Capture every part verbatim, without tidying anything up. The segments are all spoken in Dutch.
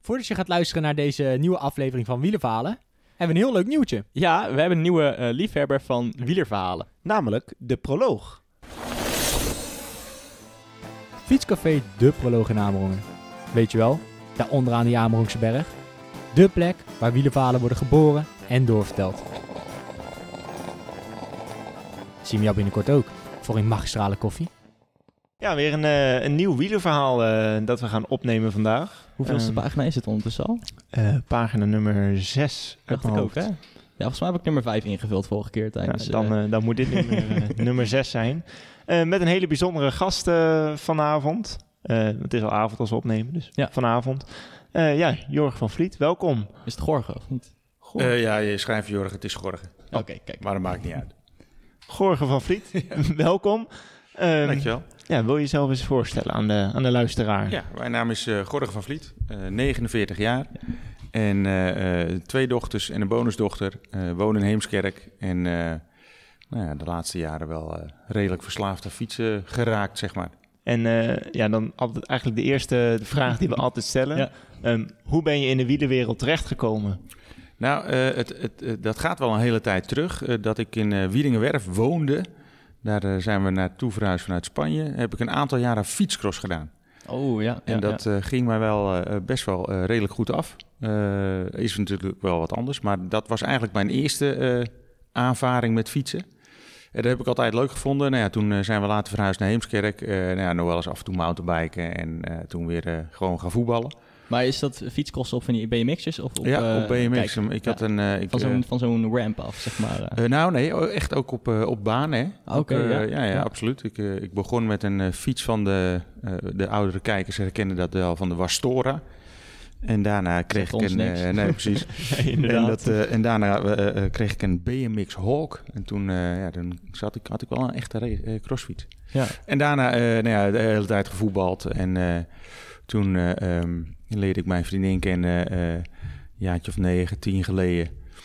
Voordat je gaat luisteren naar deze nieuwe aflevering van Wielerverhalen, hebben we een heel leuk nieuwtje. Ja, we hebben een nieuwe uh, liefhebber van wielerverhalen. Namelijk de Proloog. Fietscafé De Proloog in Amerongen. Weet je wel, daar onderaan die Amerongse berg. De plek waar wielerverhalen worden geboren en doorverteld. Zien we jou binnenkort ook voor een magistrale koffie. Ja, weer een, uh, een nieuw wielerverhaal uh, dat we gaan opnemen vandaag. Hoeveelste Um, pagina is het ondertussen al? Uh, pagina nummer zes. Dat ik ook, hè? Ja, volgens mij heb ik nummer vijf ingevuld vorige keer tijdens... Ja, dan, uh, dan moet dit nummer, uh, nummer zes zijn. Uh, met een hele bijzondere gast uh, vanavond. Uh, het is al avond als we opnemen, dus ja. vanavond. Uh, ja, Jorg van Vliet, welkom. Is het Gorge of niet? Uh, ja, je schrijft Jorg, het is Gorge. Oké, okay, kijk. Maar dat maakt niet uit. Gorge van Vliet, ja. Welkom. Um, Dankjewel. Ja, wil je jezelf eens voorstellen aan de, aan de luisteraar? Ja, mijn naam is uh, Gorge van Vliet, uh, negenenveertig jaar. En uh, uh, twee dochters en een bonusdochter. Uh, woon in Heemskerk. En uh, nou ja, de laatste jaren wel uh, redelijk verslaafd aan fietsen geraakt, zeg maar. En uh, ja, dan altijd eigenlijk de eerste de vraag die we altijd stellen. Ja. Um, hoe ben je in de wielerwereld terechtgekomen? Nou, uh, het, het, uh, dat gaat wel een hele tijd terug. Uh, dat ik in uh, Wiedingenwerf woonde. Daar uh, zijn we naartoe verhuisd vanuit Spanje. Heb ik een aantal jaren fietscross gedaan. Oh ja. En ja, dat ja. Uh, ging mij wel uh, best wel uh, redelijk goed af. Uh, is natuurlijk wel wat anders. Maar dat was eigenlijk mijn eerste uh, aanvaring met fietsen. En dat heb ik altijd leuk gevonden. Nou ja, toen uh, zijn we later verhuisd naar Heemskerk. Uh, nou ja, nog wel eens af en toe mountainbiken. En uh, toen weer uh, gewoon gaan voetballen. Maar is dat fietscrossen op van die B M X'jes? Of op, ja, uh, op B M X. Kijk, ik had ja, een, uh, ik, van, zo'n, uh, van zo'n ramp af, zeg maar. Uh, nou nee, echt ook op, uh, op baan, hè. Oké, okay, uh, ja. ja, ja, ja. absoluut. Ik, uh, ik begon met een uh, fiets van de, uh, de oudere kijkers herkennen dat wel, van de Wastora. En daarna kreeg ik een... Uh, nee, precies. nee, en, dat, uh, en daarna uh, uh, kreeg ik een B M X Hawk. En toen uh, ja, dan zat ik, had ik wel een echte race, uh, crossfiets. Ja. En daarna uh, nou ja, de hele tijd gevoetbald. En uh, toen uh, um, leerde ik mijn vriendin kennen, uh, een jaartje of negen, tien geleden.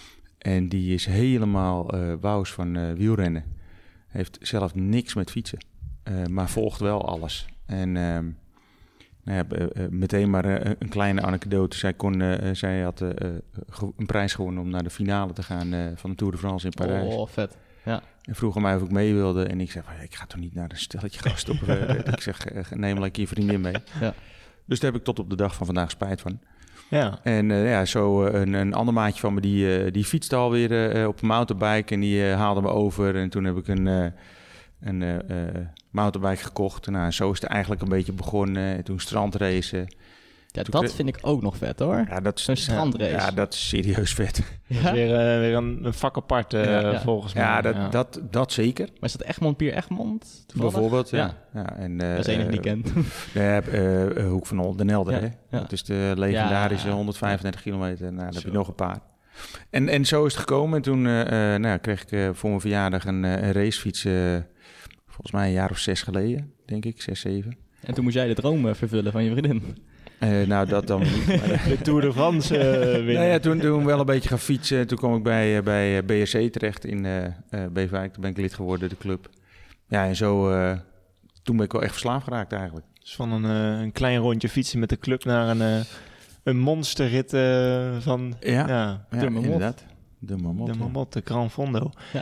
En die is helemaal uh, wous van uh, wielrennen. Heeft zelf niks met fietsen, uh, maar volgt wel alles. En... Um, Nou ja, uh, uh, meteen maar uh, een kleine anekdote. Zij, kon, uh, zij had uh, uh, ge- een prijs gewonnen om naar de finale te gaan uh, van de Tour de France in Parijs. Oh, vet. Ja. En vroeg aan mij of ik mee wilde. En ik zei, van, ik ga toch niet naar een stelletje gasten op. Uh, ik zeg, uh, neem lekker je vriendin mee. Ja. Dus daar heb ik tot op de dag van vandaag spijt van. Ja. En uh, ja, zo uh, een, een ander maatje van me, die, uh, die fietste alweer uh, op een mountainbike. En die uh, haalde me over. En toen heb ik een... Uh, een uh, uh, mountainbike gekocht. Nou, zo is het eigenlijk een beetje begonnen. Toen strandracen. Ja, toen dat kreeg... vind ik ook nog vet, hoor. Ja, dat is een strandrace. Ja, ja, dat is serieus vet. Ja? Dat is weer, uh, weer een, een vak apart, uh, ja, ja. volgens mij. Ja, dat, ja. Dat, dat zeker. Maar is dat Egmond Pier Egmond? Toevallig? Bijvoorbeeld, ja. ja. ja en, uh, dat is enig die kent. uh, uh, uh, Hoek van den Helder, ja, hè? Ja. Dat is de legendarische ja, honderdvijfendertig ja. kilometer. Nou, daar heb je nog een paar. En, en zo is het gekomen. En toen uh, uh, nou, kreeg ik uh, voor mijn verjaardag een, uh, een racefiets... Uh, volgens mij een jaar of zes geleden, denk ik, zes, zeven. En toen moest jij de droom uh, vervullen van je vriendin? Uh, nou, dat dan niet. De Tour de France uh, winnen. Nou ja, toen, toen wel een beetje gaan fietsen. Toen kwam ik bij, uh, bij B S C terecht in uh, uh, Beverwijk. Toen ben ik lid geworden, de club. Ja, en zo, uh, toen ben ik wel echt verslaafd geraakt eigenlijk. Dus van een, uh, een klein rondje fietsen met de club naar een, uh, een monsterrit uh, van... Ja, ja, ja de Marmot. inderdaad. De Marmot. De Marmot, de Gran Fondo. Ja,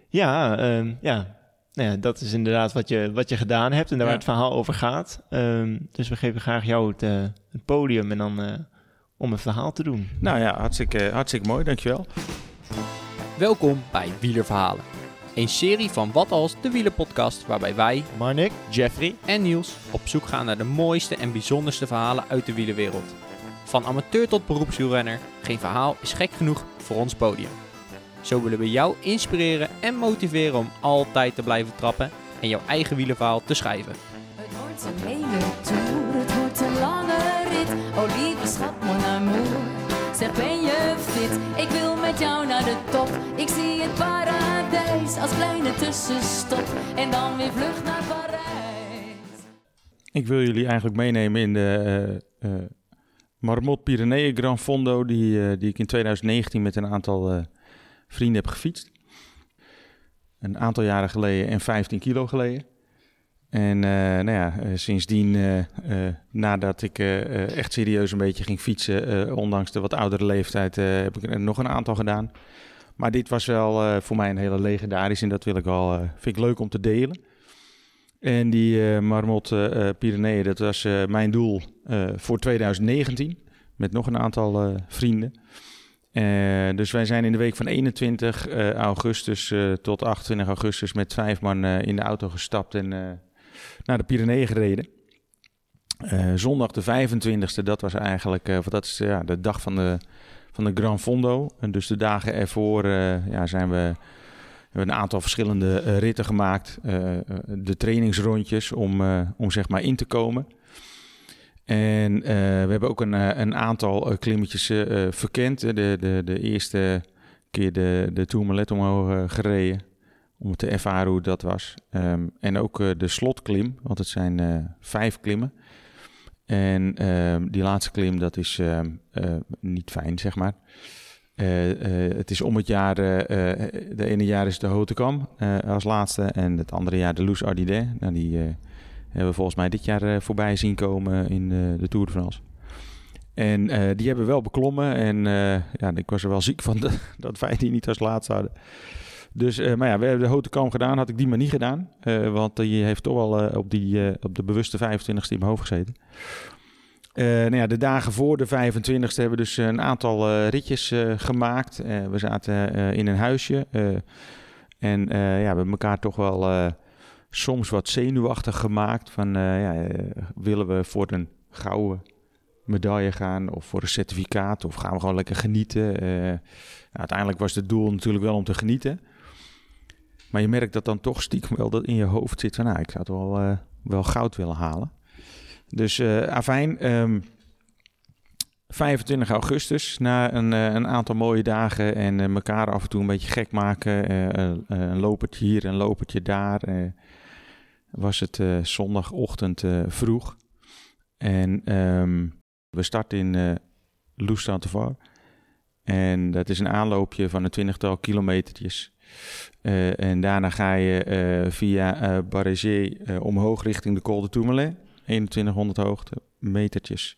ja, um, ja. Nou ja, dat is inderdaad wat je, wat je gedaan hebt en daar ja. waar het verhaal over gaat. Um, dus we geven graag jou het, uh, het podium en dan uh, om een verhaal te doen. Nou ja, hartstikke, hartstikke mooi, dankjewel. Welkom bij Wielerverhalen. Een serie van Wat Als, de wielerpodcast, waarbij wij, Marnik, Jeffrey en Niels op zoek gaan naar de mooiste en bijzonderste verhalen uit de wielerwereld. Van amateur tot beroepswielrenner, geen verhaal is gek genoeg voor ons podium. Zo willen we jou inspireren en motiveren om altijd te blijven trappen en jouw eigen wielerverhaal te schrijven. Het wordt een hele tour, het wordt een lange rit. Oh lieve schat, mon amour, zeg ben je fit? Ik wil met jou naar de top, ik zie het paradijs als kleine tussenstop. En dan weer vlug naar Parijs. Ik wil jullie eigenlijk meenemen in de uh, uh, Marmot Pyreneeën Gran Fondo, die, uh, die ik in twintig negentien met een aantal... Uh, vrienden heb gefietst. Een aantal jaren geleden en vijftien kilo geleden. En uh, nou ja, uh, sindsdien, uh, uh, nadat ik uh, uh, echt serieus een beetje ging fietsen, uh, ondanks de wat oudere leeftijd, uh, heb ik er nog een aantal gedaan. Maar dit was wel uh, voor mij een hele legendarisch en dat wil ik wel, uh, vind ik leuk om te delen. En die uh, Marmot uh, Pyreneeën, dat was uh, mijn doel uh, voor twintig negentien, met nog een aantal uh, vrienden. Uh, dus wij zijn in de week van eenentwintig uh, augustus uh, tot achtentwintig augustus met vijf man uh, in de auto gestapt en uh, naar de Pyreneeën gereden. Uh, zondag de vijfentwintigste, dat was eigenlijk uh, dat is, uh, ja, de dag van de, van de Gran Fondo. En dus de dagen ervoor uh, ja, zijn we, hebben we een aantal verschillende uh, ritten gemaakt. Uh, de trainingsrondjes om, uh, om zeg maar in te komen. En uh, we hebben ook een, een aantal uh, klimmetjes uh, verkend. De, de, de eerste keer de, de Tourmalet omhoog uh, gereden. Om te ervaren hoe dat was. Um, en ook uh, de slotklim, want het zijn uh, vijf klimmen. En uh, die laatste klim, dat is uh, uh, niet fijn, zeg maar. Uh, uh, het is om het jaar, uh, uh, de ene jaar is de Haute Cam uh, als laatste. En het andere jaar de Loes Ardide. Nou, die... Uh, hebben we volgens mij dit jaar uh, voorbij zien komen in uh, de Tour de France. En uh, die hebben we wel beklommen. En uh, ja, ik was er wel ziek van de, dat wij die niet als laatste hadden. Dus, uh, maar ja, we hebben de Haute Cam gedaan. Had ik die maar niet gedaan. Uh, want die heeft toch wel uh, op, die, uh, op de bewuste vijfentwintigste in mijn hoofd gezeten. Uh, nou ja, de dagen voor de vijfentwintigste hebben we dus een aantal uh, ritjes uh, gemaakt. Uh, we zaten uh, in een huisje. Uh, en uh, ja, we hebben elkaar toch wel... Uh, soms wat zenuwachtig gemaakt van uh, ja, uh, willen we voor een gouden medaille gaan of voor een certificaat of gaan we gewoon lekker genieten. Uh, nou, uiteindelijk was het doel natuurlijk wel om te genieten. Maar je merkt dat dan toch stiekem wel dat in je hoofd zit van nou, ik zou het wel, uh, wel goud willen halen. Dus uh, afijn, um, vijfentwintig augustus, na een, uh, een aantal mooie dagen en uh, elkaar af en toe een beetje gek maken. Uh, uh, een lopertje hier, een lopertje daar. Uh, was het uh, zondagochtend uh, vroeg. En um, we starten in uh, Loustan-Tevar. En dat is een aanloopje van een twintigtal kilometertjes. Uh, en daarna ga je uh, via uh, Barégé uh, omhoog richting de Col de Tourmalet. eenentwintighonderd hoogte, metertjes.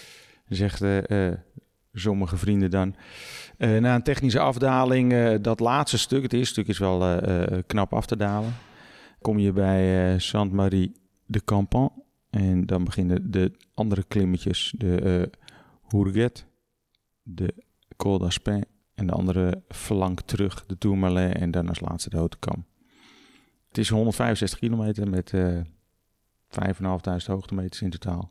Zegt uh, sommige vrienden dan. Uh, na een technische afdaling, uh, dat laatste stuk, het eerste stuk is wel uh, uh, knap af te dalen. Kom je bij uh, Sainte-Marie de Campan. En dan beginnen de andere klimmetjes. De uh, Hourget, de Col d'Aspin en de andere flank terug, de Tourmalet en dan als laatste de Haute Cam. Het is honderdvijfenzestig kilometer met uh, vijfduizend vijfhonderd hoogtemeters in totaal.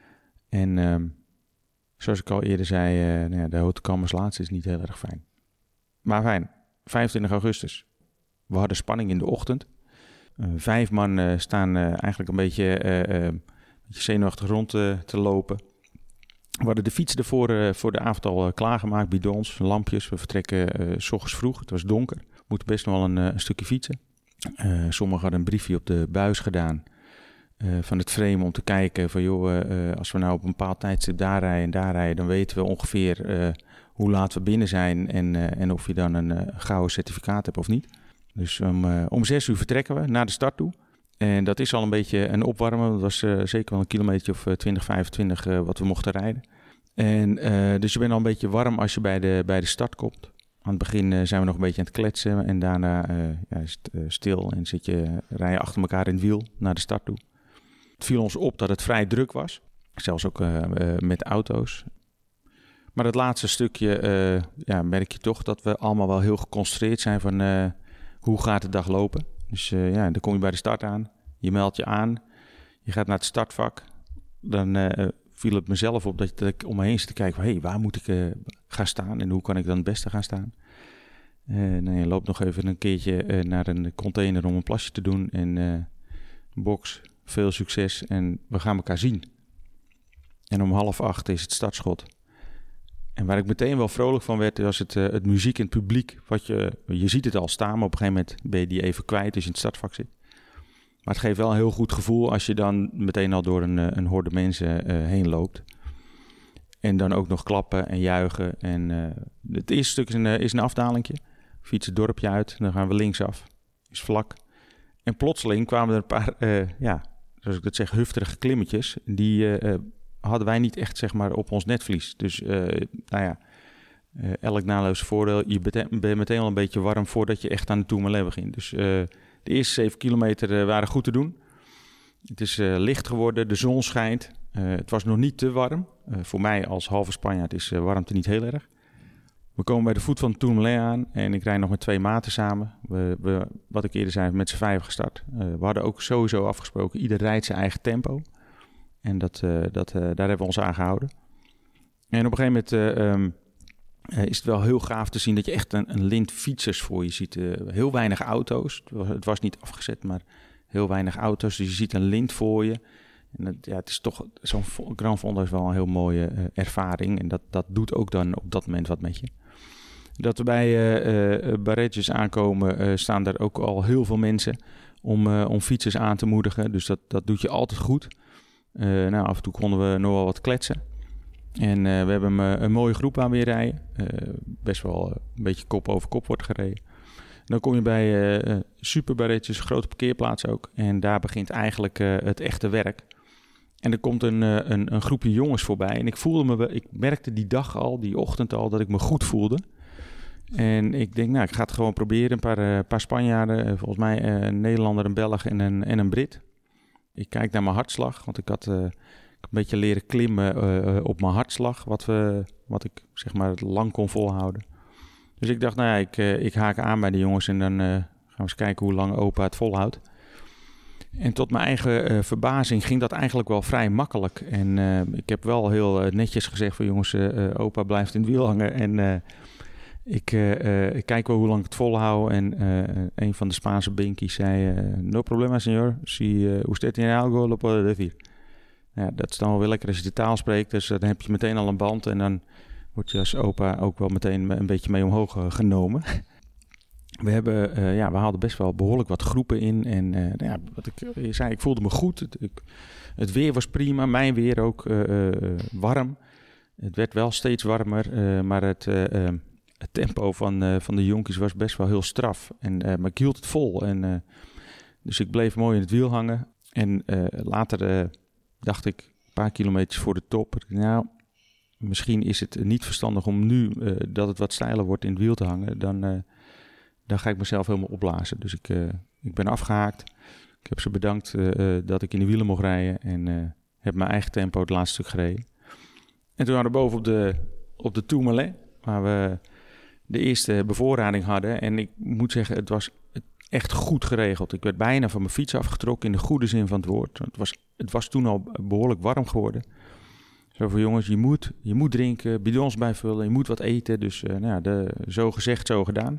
En um, zoals ik al eerder zei, uh, nou ja, de Haute Cam als laatste is niet heel erg fijn. Maar fijn, vijfentwintig augustus. We hadden spanning in de ochtend. Uh, vijf man uh, staan uh, eigenlijk een beetje, uh, uh, een beetje zenuwachtig rond uh, te lopen. We hadden de fietsen ervoor uh, voor de avond al uh, klaargemaakt, bidons, lampjes. We vertrekken uh, 's ochtends vroeg, het was donker. We moeten best nog wel een, uh, een stukje fietsen. Uh, sommigen hadden een briefje op de buis gedaan uh, van het frame om te kijken van joh, uh, als we nou op een bepaald tijdstip daar rijden en daar rijden, dan weten we ongeveer uh, hoe laat we binnen zijn en, uh, en of je dan een uh, gouden certificaat hebt of niet. Dus um, uh, om zes uur vertrekken we naar de start toe. En dat is al een beetje een opwarmen. Dat was uh, zeker wel een kilometer of uh, twintig, vijfentwintig uh, wat we mochten rijden. En uh, dus je bent al een beetje warm als je bij de, bij de start komt. Aan het begin uh, zijn we nog een beetje aan het kletsen. En daarna uh, ja, is het uh, stil en zit je, rij je achter elkaar in het wiel naar de start toe. Het viel ons op dat het vrij druk was. Zelfs ook uh, uh, met auto's. Maar het laatste stukje uh, ja, merk je toch dat we allemaal wel heel geconcentreerd zijn van uh, hoe gaat de dag lopen. Dus uh, ja, dan kom je bij de start aan. Je meldt je aan. Je gaat naar het startvak. Dan uh, viel het mezelf op dat ik om me heen zit te kijken. Hé, hey, waar moet ik uh, gaan staan? En hoe kan ik dan het beste gaan staan? Uh, nou, je loopt nog even een keertje uh, naar een container om een plasje te doen. En uh, box, veel succes. En we gaan elkaar zien. En om half acht is het startschot. En waar ik meteen wel vrolijk van werd, was het, uh, het muziek in het publiek. Wat je, je ziet het al staan, maar op een gegeven moment ben je die even kwijt als je in het startvak zit. Maar het geeft wel een heel goed gevoel als je dan meteen al door een, een horde mensen uh, heen loopt. En dan ook nog klappen en juichen. En uh, het eerste stuk is een, is een afdalingje. Fiets het dorpje uit, dan gaan we linksaf. Is vlak. En plotseling kwamen er een paar uh, ja, zoals ik dat zeg, hufterige klimmetjes, die uh, hadden wij niet echt zeg maar op ons netvlies. Dus uh, nou ja, uh, elk naloos voordeel, je bent meteen al een beetje warm voordat je echt aan de Tourmalet begint. Dus uh, de eerste zeven kilometer uh, waren goed te doen. Het is uh, licht geworden, de zon schijnt. Uh, het was nog niet te warm. Uh, voor mij als halve Spanjaard is uh, warmte niet heel erg. We komen bij de voet van de Tourmalet aan en ik rijd nog met twee maten samen. We, we, wat ik eerder zei, met z'n vijf gestart. Uh, we hadden ook sowieso afgesproken, ieder rijdt zijn eigen tempo. En dat, uh, dat, uh, daar hebben we ons aan gehouden. En op een gegeven moment uh, um, uh, is het wel heel gaaf te zien dat je echt een, een lint fietsers voor je ziet. Uh, heel weinig auto's. Het was, het was niet afgezet, maar heel weinig auto's. Dus je ziet een lint voor je. En dat, ja, het is toch, zo'n Grand Fondo is wel een heel mooie uh, ervaring. En dat, dat doet ook dan op dat moment wat met je. Dat we bij uh, uh, Barretjes aankomen, uh, staan er ook al heel veel mensen om, uh, om fietsers aan te moedigen. Dus dat, dat doet je altijd goed. Uh, nou, af en toe konden we nog wel wat kletsen. En uh, we hebben een, een mooie groep aan weer rijden. Uh, best wel uh, een beetje kop over kop wordt gereden. Dan kom je bij uh, Super Barretjes, grote parkeerplaats ook. En daar begint eigenlijk uh, het echte werk. En er komt een, uh, een, een groepje jongens voorbij. En ik voelde me, ik merkte die dag al, die ochtend al, dat ik me goed voelde. En ik denk, nou, ik ga het gewoon proberen. Een paar, uh, paar Spanjaarden, uh, volgens mij uh, een Nederlander, een Belg en een, en een Brit. Ik kijk naar mijn hartslag, want ik had uh, een beetje leren klimmen uh, op mijn hartslag. Wat, we, wat ik zeg maar lang kon volhouden. Dus ik dacht, nou ja, ik, uh, ik haak aan bij de jongens en dan uh, gaan we eens kijken hoe lang opa het volhoudt. En tot mijn eigen uh, verbazing ging dat eigenlijk wel vrij makkelijk. En uh, ik heb wel heel uh, netjes gezegd van jongens, uh, opa blijft in het wiel hangen. En uh, ik, uh, uh, ik kijk wel hoe lang ik het volhoud. En uh, een van de Spaanse binkies zei, uh, no problema señor, si uh, usted tiene algo, lo puede decir. Ja, dat is dan wel weer lekker als je de taal spreekt. Dus dan heb je meteen al een band en dan word je als opa ook wel meteen een beetje mee omhoog uh, genomen. We, hebben, uh, ja, we haalden best wel behoorlijk wat groepen in. En uh, nou ja, wat ik uh, zei, ik voelde me goed. Het, ik, het weer was prima, mijn weer ook uh, uh, warm. Het werd wel steeds warmer, uh, maar het, uh, uh, het tempo van, uh, van de jonkies was best wel heel straf. En, uh, maar ik hield het vol. En, uh, dus ik bleef mooi in het wiel hangen. En uh, later uh, dacht ik, een paar kilometers voor de top, nou, misschien is het niet verstandig om nu, uh, dat het wat steiler wordt, in het wiel te hangen. Dan... Uh, Dan ga ik mezelf helemaal opblazen. Dus ik, uh, ik ben afgehaakt. Ik heb ze bedankt uh, uh, dat ik in de wielen mocht rijden. En uh, heb mijn eigen tempo het laatste stuk gereden. En toen waren we boven op de, op de Tourmalet. Waar we de eerste bevoorrading hadden. En ik moet zeggen, het was echt goed geregeld. Ik werd bijna van mijn fiets afgetrokken in de goede zin van het woord. Het was, het was toen al behoorlijk warm geworden. Zo van jongens, je moet, je moet drinken, bidons bijvullen. Je moet wat eten. Dus uh, nou ja, de, zo gezegd, zo gedaan.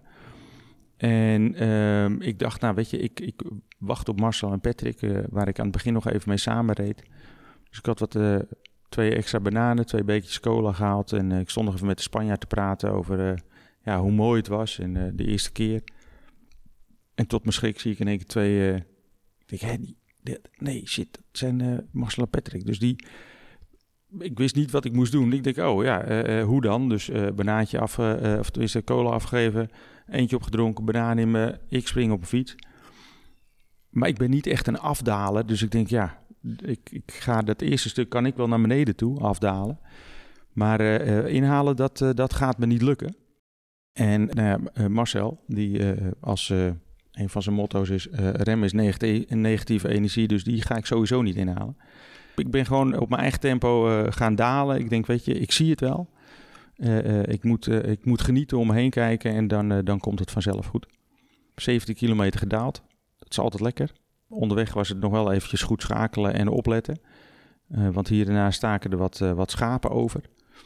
En uh, ik dacht, nou weet je, ik, ik wacht op Marcel en Patrick, uh, waar ik aan het begin nog even mee samenreed. Dus ik had wat uh, twee extra bananen, twee bekertjes cola gehaald. En uh, ik stond nog even met de Spanjaard te praten over uh, ja, hoe mooi het was en uh, de eerste keer. En tot mijn schrik zie ik in één keer twee... Uh, ik denk, hé, die, die, nee, shit, dat zijn uh, Marcel en Patrick. Dus die... Ik wist niet wat ik moest doen. Ik denk, oh ja, uh, uh, hoe dan? Dus uh, banaantje af, uh, of tenminste cola afgegeven, eentje opgedronken, banaan in me, ik spring op een fiets. Maar ik ben niet echt een afdaler, dus ik denk, ja, ik, ik ga dat eerste stuk kan ik wel naar beneden toe afdalen. Maar uh, uh, inhalen, dat, uh, dat gaat me niet lukken. En nou ja, uh, Marcel, die uh, als uh, een van zijn motto's is, uh, rem is negatieve, negatieve energie, dus die ga ik sowieso niet inhalen. Ik ben gewoon op mijn eigen tempo uh, gaan dalen. Ik denk, weet je, ik zie het wel. Uh, uh, ik, moet, uh, ik moet genieten, om me heen kijken en dan, uh, dan komt het vanzelf goed. zeventien kilometer gedaald. Dat is altijd lekker. Onderweg was het nog wel eventjes goed schakelen en opletten. Uh, want hier daarna staken er wat, uh, wat schapen over.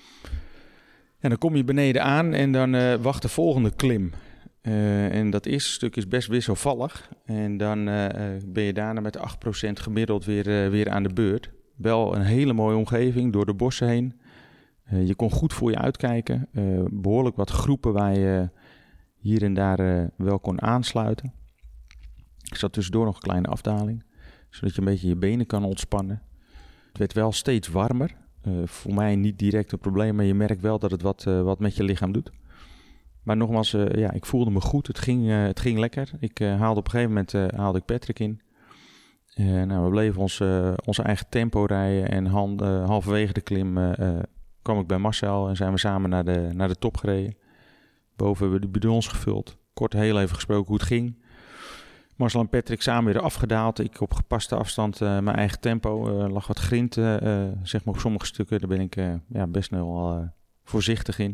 En dan kom je beneden aan en dan uh, wacht de volgende klim. Uh, en dat eerste stuk is best wisselvallig. En dan uh, ben je daarna met acht procent gemiddeld weer, uh, weer aan de beurt. Wel een hele mooie omgeving, door de bossen heen. Uh, je kon goed voor je uitkijken. Uh, behoorlijk wat groepen waar je hier en daar uh, wel kon aansluiten. Er zat tussendoor nog een kleine afdaling, zodat je een beetje je benen kan ontspannen. Het werd wel steeds warmer. Uh, voor mij niet direct een probleem, maar je merkt wel dat het wat, uh, wat met je lichaam doet. Maar nogmaals, uh, ja, ik voelde me goed. Het ging, uh, het ging lekker. Ik uh, haalde op een gegeven moment uh, haalde ik Patrick in. Uh, nou, we bleven ons, uh, onze eigen tempo rijden en hand, uh, halverwege de klim uh, uh, kwam ik bij Marcel en zijn we samen naar de, naar de top gereden. Boven hebben we de bidons gevuld. Kort heel even gesproken hoe het ging. Marcel en Patrick samen weer afgedaald. Ik op gepaste afstand uh, mijn eigen tempo. Uh, lag wat grind, uh, uh, zeg maar op sommige stukken. Daar ben ik uh, ja, best wel uh, voorzichtig in.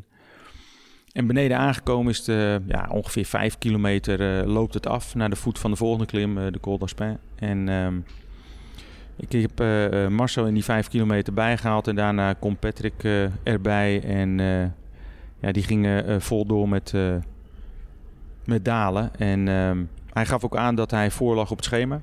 En beneden aangekomen is het uh, ja, ongeveer vijf kilometer uh, loopt het af naar de voet van de volgende klim, uh, de Col d'Aspin. En um, ik heb uh, Marcel in die vijf kilometer bijgehaald en daarna komt Patrick uh, erbij. En uh, ja, die gingen uh, vol door met, uh, met dalen. En um, hij gaf ook aan dat hij voorlag op het schema.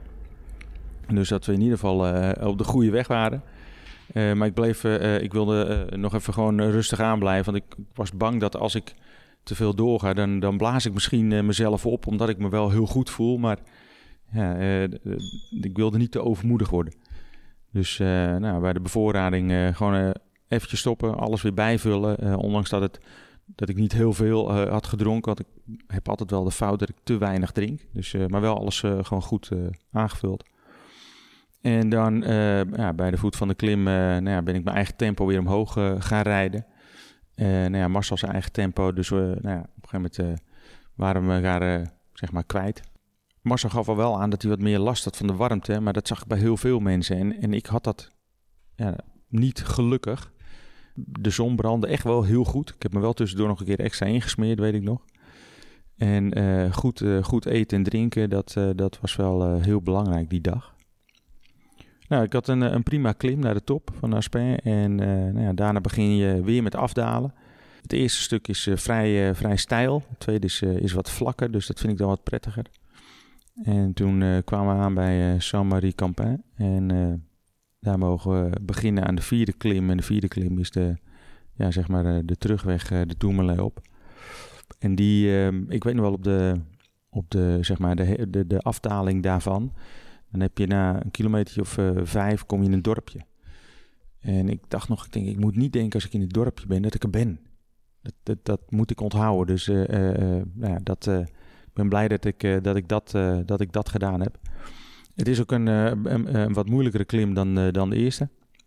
Dus dat we in ieder geval uh, op de goede weg waren. Uh, maar ik, bleef, uh, ik wilde uh, nog even gewoon uh, rustig aanblijven. Want ik was bang dat als ik te veel doorga, dan, dan blaas ik misschien uh, mezelf op. Omdat ik me wel heel goed voel. Maar ja, uh, ik wilde niet te overmoedig worden. Dus uh, nou, bij de bevoorrading uh, gewoon uh, eventjes stoppen. Alles weer bijvullen. Uh, ondanks dat, het, dat ik niet heel veel uh, had gedronken. Want ik heb altijd wel de fout dat ik te weinig drink. Dus, uh, maar wel alles uh, gewoon goed uh, aangevuld. En dan uh, ja, bij de voet van de klim uh, nou ja, ben ik mijn eigen tempo weer omhoog uh, gaan rijden. Uh, nou ja, Marcel zijn eigen tempo, dus we, nou ja, op een gegeven moment uh, waren we elkaar uh, zeg maar kwijt. Marcel gaf al wel aan dat hij wat meer last had van de warmte, maar dat zag ik bij heel veel mensen. En, en ik had dat ja, niet gelukkig. De zon brandde echt wel heel goed. Ik heb me wel tussendoor nog een keer extra ingesmeerd, weet ik nog. En uh, goed, uh, goed eten en drinken, dat, uh, dat was wel uh, heel belangrijk die dag. Nou, ik had een, een prima klim naar de top van Aspin en uh, nou ja, daarna begin je weer met afdalen. Het eerste stuk is uh, vrij, uh, vrij steil, het tweede is, uh, is wat vlakker, dus dat vind ik dan wat prettiger. En toen uh, kwamen we aan bij uh, Saint-Marie-Campin en uh, daar mogen we beginnen aan de vierde klim. En de vierde klim is de, ja, zeg maar, uh, de terugweg uh, de Tourmalet op. En die, uh, ik weet nog wel op de, op de, zeg maar, de, de, de afdaling daarvan. Dan heb je na een kilometer of uh, vijf kom je in een dorpje. En ik dacht nog, ik denk, ik moet niet denken als ik in het dorpje ben dat ik er ben. Dat, dat, dat moet ik onthouden. Dus uh, uh, nou ja, dat, uh, ik ben blij dat ik, uh, dat, ik dat, uh, dat ik dat gedaan heb. Het is ook een, uh, een, een wat moeilijkere klim dan, uh, dan de eerste.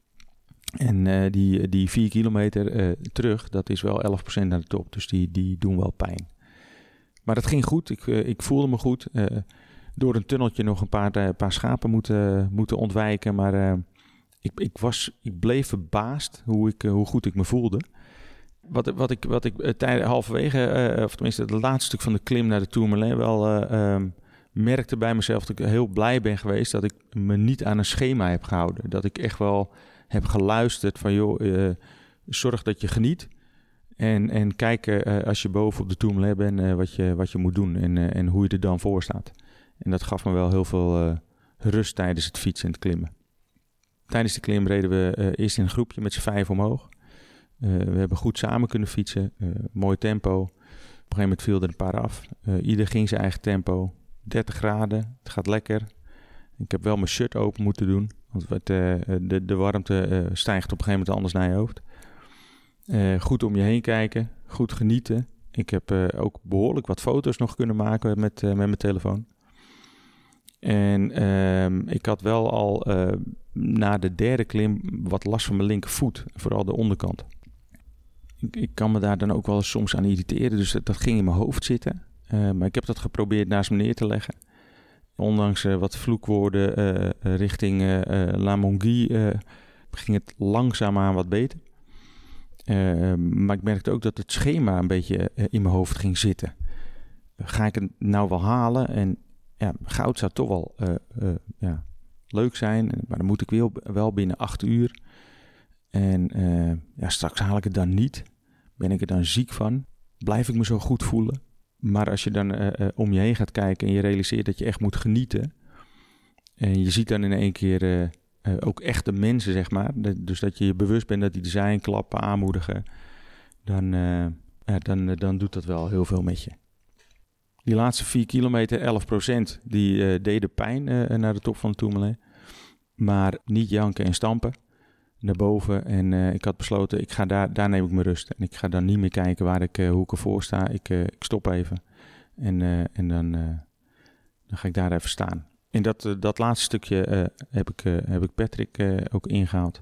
En uh, die, die vier kilometer uh, terug, dat is wel elf procent naar de top. Dus die, die doen wel pijn. Maar dat ging goed. Ik, uh, ik voelde me goed. Uh, door een tunneltje nog een paar, uh, paar schapen moeten, moeten ontwijken. Maar uh, ik, ik, was, ik bleef verbaasd hoe, ik, uh, hoe goed ik me voelde. Wat, wat ik, wat ik uh, tij, halverwege, uh, of tenminste het laatste stuk van de klim naar de Tourmalet wel uh, um, merkte bij mezelf dat ik heel blij ben geweest dat ik me niet aan een schema heb gehouden. Dat ik echt wel heb geluisterd van joh, uh, zorg dat je geniet. En, en kijk uh, als je boven op de Tourmalet bent uh, wat, je, wat je moet doen en, uh, en hoe je er dan voor staat. En dat gaf me wel heel veel uh, rust tijdens het fietsen en het klimmen. Tijdens de klim reden we uh, eerst in een groepje met z'n vijf omhoog. Uh, we hebben goed samen kunnen fietsen. Uh, mooi tempo. Op een gegeven moment viel er een paar af. Uh, ieder ging zijn eigen tempo. dertig graden. Het gaat lekker. Ik heb wel mijn shirt open moeten doen. Want het, uh, de, de warmte uh, stijgt op een gegeven moment anders naar je hoofd. Uh, goed om je heen kijken. Goed genieten. Ik heb uh, ook behoorlijk wat foto's nog kunnen maken met, uh, met mijn telefoon. En uh, ik had wel al uh, na de derde klim wat last van mijn linkervoet. Vooral de onderkant. Ik, ik kan me daar dan ook wel eens soms aan irriteren. Dus dat, dat ging in mijn hoofd zitten. Uh, maar ik heb dat geprobeerd naast me neer te leggen. Ondanks uh, wat vloekwoorden uh, richting uh, La Mongie uh, ging het langzaamaan wat beter. Uh, maar ik merkte ook dat het schema een beetje uh, in mijn hoofd ging zitten. Ga ik het nou wel halen? En ja, goud zou toch wel uh, uh, ja, leuk zijn. Maar dan moet ik wel, wel binnen acht uur. En uh, ja, straks haal ik het dan niet. Ben ik er dan ziek van? Blijf ik me zo goed voelen? Maar als je dan uh, uh, om je heen gaat kijken en je realiseert dat je echt moet genieten. En je ziet dan in één keer uh, uh, ook echte mensen, zeg maar. De, dus dat je je bewust bent dat die er zijn, klappen, aanmoedigen. Dan, uh, ja, dan, uh, dan doet dat wel heel veel met je. Die laatste vier kilometer, elf procent, die uh, deden pijn uh, naar de top van de Tourmalet. Maar niet janken en stampen. Naar boven. En uh, ik had besloten, ik ga daar, daar neem ik mijn rust. En ik ga dan niet meer kijken waar ik, uh, hoe ik ervoor sta. Ik, uh, ik stop even. En, uh, en dan, uh, dan ga ik daar even staan. en dat, uh, dat laatste stukje uh, heb, ik, uh, heb ik Patrick uh, ook ingehaald.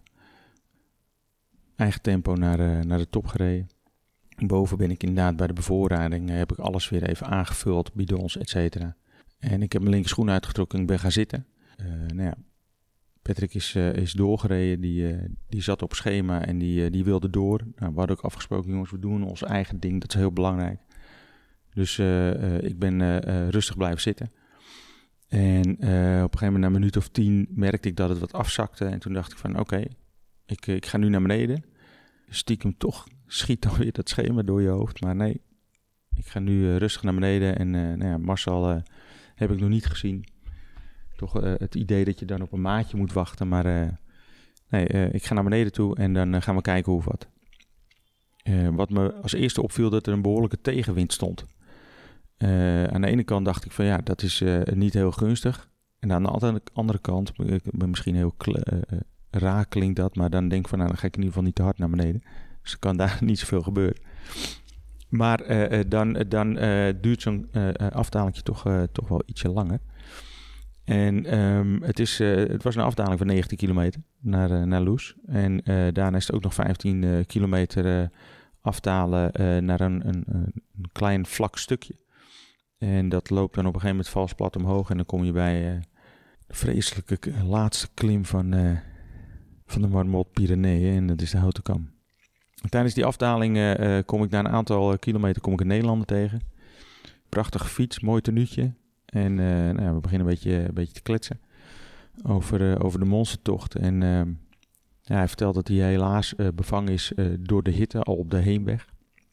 Eigen tempo naar, uh, naar de top gereden. Boven ben ik inderdaad bij de bevoorrading. Uh, heb ik alles weer even aangevuld, bidons, et cetera. En ik heb mijn linker schoen uitgetrokken en ik ben gaan zitten. Uh, nou ja, Patrick is, uh, is doorgereden. Die, uh, die zat op schema en die, uh, die wilde door. Nou, we hadden ook afgesproken, jongens, we doen ons eigen ding. Dat is heel belangrijk. Dus uh, uh, ik ben uh, uh, rustig blijven zitten. En uh, op een gegeven moment, na een minuut of tien, merkte ik dat het wat afzakte. En toen dacht ik van, oké, okay, ik, ik ga nu naar beneden. Stiekem toch schiet dan weer dat schema door je hoofd. Maar nee, ik ga nu uh, rustig naar beneden. En uh, nou ja, Marcel uh, heb ik nog niet gezien. Toch uh, het idee dat je dan op een maatje moet wachten. Maar uh, nee, uh, ik ga naar beneden toe en dan uh, gaan we kijken hoe of wat. Uh, wat me als eerste opviel, dat er een behoorlijke tegenwind stond. Uh, aan de ene kant dacht ik van ja, dat is uh, niet heel gunstig. En aan de andere, andere kant, ik ben misschien heel kle- uh, raar klinkt dat, maar dan denk ik van nou, dan ga ik in ieder geval niet te hard naar beneden. Dus er kan daar niet zoveel gebeuren. Maar uh, uh, dan, uh, dan uh, duurt zo'n uh, afdalingje toch, uh, toch wel ietsje langer. En um, het, is, uh, het was een afdaling van negentien kilometer naar, uh, naar Loes. En uh, daarna is het ook nog vijftien uh, kilometer uh, afdalen uh, naar een, een, een klein vlak stukje. En dat loopt dan op een gegeven moment vals plat omhoog. En dan kom je bij uh, de vreselijke k- laatste klim van, uh, van de Marmot Pyreneeën. En dat is de Houten Kam. Tijdens die afdaling uh, kom ik na een aantal kilometer kom ik een Nederlander tegen. Prachtige fiets, mooi tenuutje. En uh, nou ja, we beginnen een beetje, een beetje te kletsen over, uh, over de monstertocht. En uh, ja, hij vertelt dat hij helaas uh, bevangen is uh, door de hitte al op de heenweg.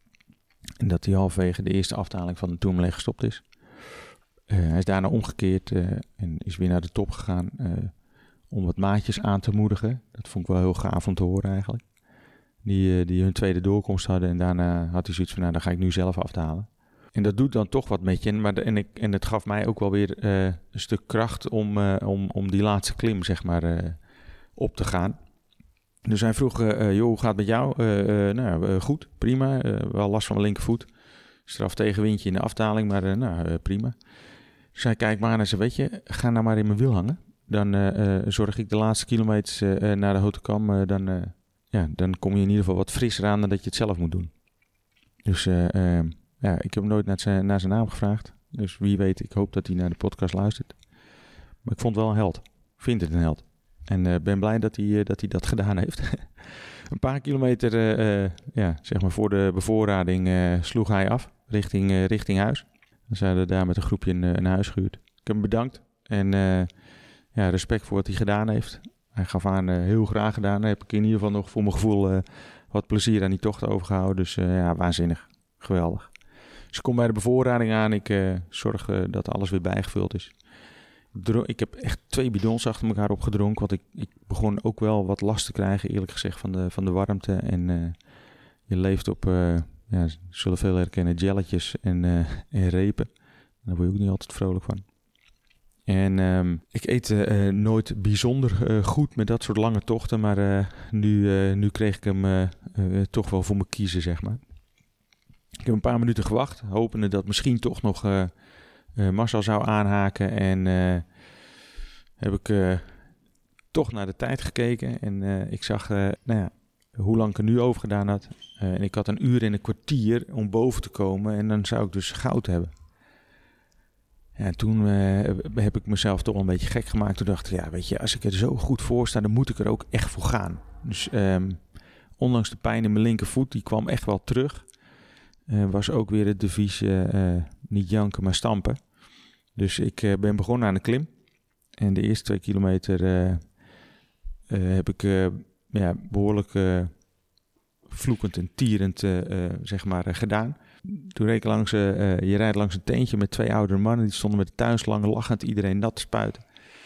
En dat hij halverwege de eerste afdaling van de Tourmalet gestopt is. Uh, hij is daarna omgekeerd uh, en is weer naar de top gegaan uh, om wat maatjes aan te moedigen. Dat vond ik wel heel gaaf om te horen eigenlijk. Die, uh, die hun tweede doorkomst hadden en daarna had hij zoiets van, nou dan ga ik nu zelf afdalen. En dat doet dan toch wat met je. Maar de, en, ik, en het gaf mij ook wel weer uh, een stuk kracht om, uh, om, om die laatste klim zeg maar uh, op te gaan. Dus hij vroeg, uh, joh, hoe gaat het met jou? Uh, uh, nou, uh, goed, prima. Uh, wel last van mijn linkervoet. Straf tegenwindje in de afdaling, maar uh, nou, uh, prima. Dus hij kijkt maar aan en zei, weet je, ga nou maar in mijn wiel hangen. Dan uh, uh, zorg ik de laatste kilometers uh, uh, naar de Houten Kam. Uh, dan, uh, ja, dan kom je in ieder geval wat frisser aan dan dat je het zelf moet doen. Dus uh, uh, ja, ik heb hem nooit naar zijn, naar zijn naam gevraagd. Dus wie weet, ik hoop dat hij naar de podcast luistert. Maar ik vond het wel een held. Ik vind het een held. En uh, ben blij dat hij, uh, dat hij dat gedaan heeft. Een paar kilometer uh, uh, ja, zeg maar voor de bevoorrading uh, sloeg hij af richting, uh, richting huis. Dan zijn we daar met een groepje een, een huis gehuurd. Ik heb hem bedankt en uh, ja, respect voor wat hij gedaan heeft. Hij gaf aan, uh, heel graag gedaan. Daar heb ik in ieder geval nog voor mijn gevoel uh, wat plezier aan die tocht overgehouden. Dus uh, ja, waanzinnig. Geweldig. Dus ik kom bij de bevoorrading aan. Ik uh, zorg uh, dat alles weer bijgevuld is. Ik heb echt twee bidons achter elkaar opgedronken. Want ik, ik begon ook wel wat last te krijgen, eerlijk gezegd, van de, van de warmte. En uh, je leeft op, uh, ja, zullen veel herkennen, jelletjes en, uh, en repen. Daar word je ook niet altijd vrolijk van. En um, ik eet uh, nooit bijzonder uh, goed met dat soort lange tochten. Maar uh, nu, uh, nu kreeg ik hem uh, uh, toch wel voor me kiezen, zeg maar. Ik heb een paar minuten gewacht, hopende dat misschien toch nog uh, uh, Marcel zou aanhaken. En uh, heb ik uh, toch naar de tijd gekeken. En uh, ik zag uh, nou ja, hoe lang ik er nu over gedaan had. Uh, en ik had een uur en een kwartier om boven te komen. En dan zou ik dus goud hebben. Ja, toen uh, heb ik mezelf toch een beetje gek gemaakt. Toen dacht ik, ja, weet je, als ik er zo goed voor sta, dan moet ik er ook echt voor gaan. Dus um, ondanks de pijn in mijn linkervoet, die kwam echt wel terug. Uh, was ook weer het devies uh, uh, niet janken, maar stampen. Dus ik uh, ben begonnen aan de klim. En de eerste twee kilometer uh, uh, heb ik uh, ja, behoorlijk uh, vloekend en tierend uh, uh, zeg maar, uh, gedaan. Toen reed ik langs, uh, je rijdt langs een teentje met twee oudere mannen. Die stonden met de tuinslangen lachend iedereen nat te spuiten.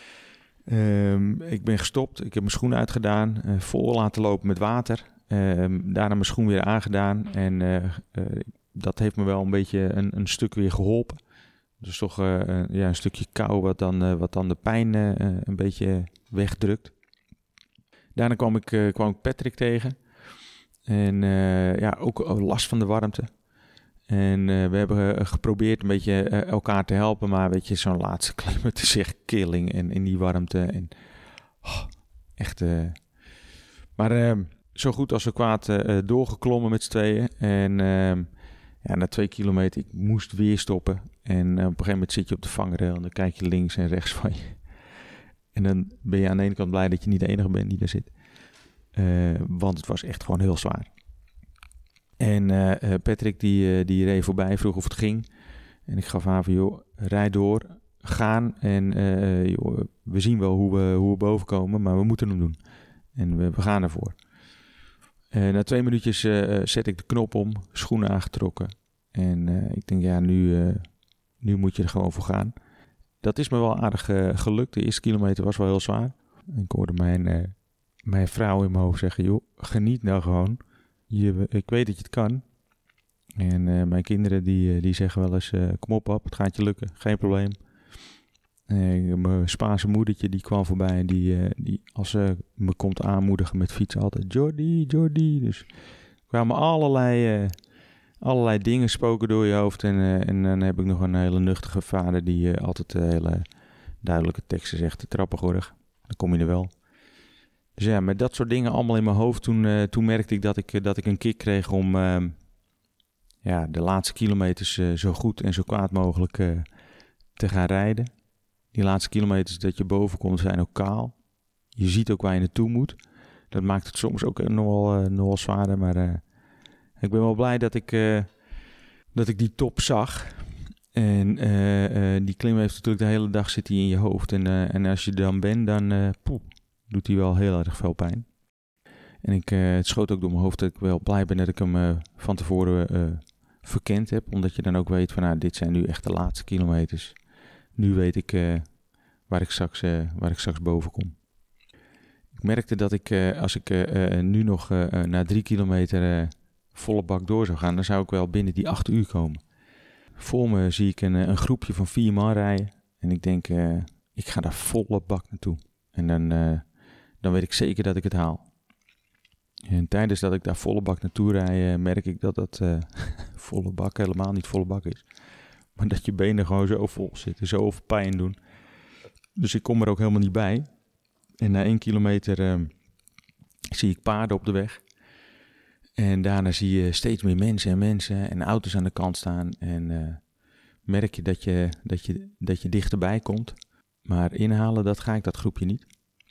Um, ik ben gestopt. Ik heb mijn schoenen uitgedaan. Uh, vol laten lopen met water. Uh, daarna mijn schoen weer aangedaan. En uh, uh, dat heeft me wel een beetje een, een stuk weer geholpen. Dus toch uh, uh, ja, een stukje kou wat dan, uh, wat dan de pijn uh, een beetje wegdrukt. Daarna kwam ik, uh, kwam ik Patrick tegen. En uh, ja, ook last van de warmte. En uh, we hebben uh, geprobeerd een beetje uh, elkaar te helpen. Maar weet je, zo'n laatste klim, het is echt killing. En in die warmte. En, oh, echt... Uh, maar uh, zo goed als zo kwaad uh, doorgeklommen met z'n tweeën. En uh, ja, na twee kilometer, ik moest weer stoppen. En uh, op een gegeven moment zit je op de vangrail. En dan kijk je links en rechts van je. En dan ben je aan de ene kant blij dat je niet de enige bent die daar zit. Uh, want het was echt gewoon heel zwaar. En uh, Patrick die, uh, die reed voorbij, vroeg of het ging. En ik gaf aan van, joh, rijd door, gaan. En uh, joh, we zien wel hoe we, hoe we boven komen, maar we moeten hem doen. En we, we gaan ervoor. Uh, na twee minuutjes uh, zet ik de knop om, schoenen aangetrokken. En uh, ik denk, ja, nu, uh, nu moet je er gewoon voor gaan. Dat is me wel aardig uh, gelukt. De eerste kilometer was wel heel zwaar. En ik hoorde mijn, uh, mijn vrouw in mijn hoofd zeggen, joh, geniet nou gewoon. Je, ik weet dat je het kan. En uh, mijn kinderen die, die zeggen wel eens, uh, kom op pap, het gaat je lukken, geen probleem. Uh, mijn Spaanse moedertje die kwam voorbij en die, uh, die als ze me komt aanmoedigen met fietsen altijd, Jordi, Jordi. Dus er kwamen allerlei, uh, allerlei dingen spoken door je hoofd. En, uh, en dan heb ik nog een hele nuchtige vader die uh, altijd uh, hele duidelijke teksten zegt, trappengorg. Dan kom je er wel. Dus ja, met dat soort dingen allemaal in mijn hoofd, toen, uh, toen merkte ik dat, ik uh, dat ik een kick kreeg om uh, ja, de laatste kilometers uh, zo goed en zo kwaad mogelijk uh, te gaan rijden. Die laatste kilometers dat je boven komt zijn ook kaal. Je ziet ook waar je naartoe moet. Dat maakt het soms ook nogal, uh, nogal zwaarder, maar uh, ik ben wel blij dat ik, uh, dat ik die top zag. En uh, uh, die klim heeft natuurlijk de hele dag zit die in je hoofd. En, uh, en als je er dan bent, dan... Uh, poeh, doet hij wel heel erg veel pijn. En ik, uh, het schoot ook door mijn hoofd dat ik wel blij ben dat ik hem uh, van tevoren uh, verkend heb. Omdat je dan ook weet van, nou, dit zijn nu echt de laatste kilometers. Nu weet ik uh, waar, ik straks, uh, waar ik straks boven kom. Ik merkte dat ik, uh, als ik uh, uh, nu nog uh, uh, na drie kilometer uh, volle bak door zou gaan, dan zou ik wel binnen die acht uur komen. Voor me zie ik een, een groepje van vier man rijden. En ik denk, uh, ik ga daar volle bak naartoe. En dan... Uh, dan weet ik zeker dat ik het haal. En tijdens dat ik daar volle bak naartoe rijd, uh, merk ik dat dat uh, volle bak helemaal niet volle bak is. Maar dat je benen gewoon zo vol zitten, zo veel pijn doen. Dus ik kom er ook helemaal niet bij. En na één kilometer uh, zie ik paarden op de weg. En daarna zie je steeds meer mensen en mensen en auto's aan de kant staan. En uh, merk je dat, je dat je dat je dichterbij komt. Maar inhalen, dat ga ik dat groepje niet.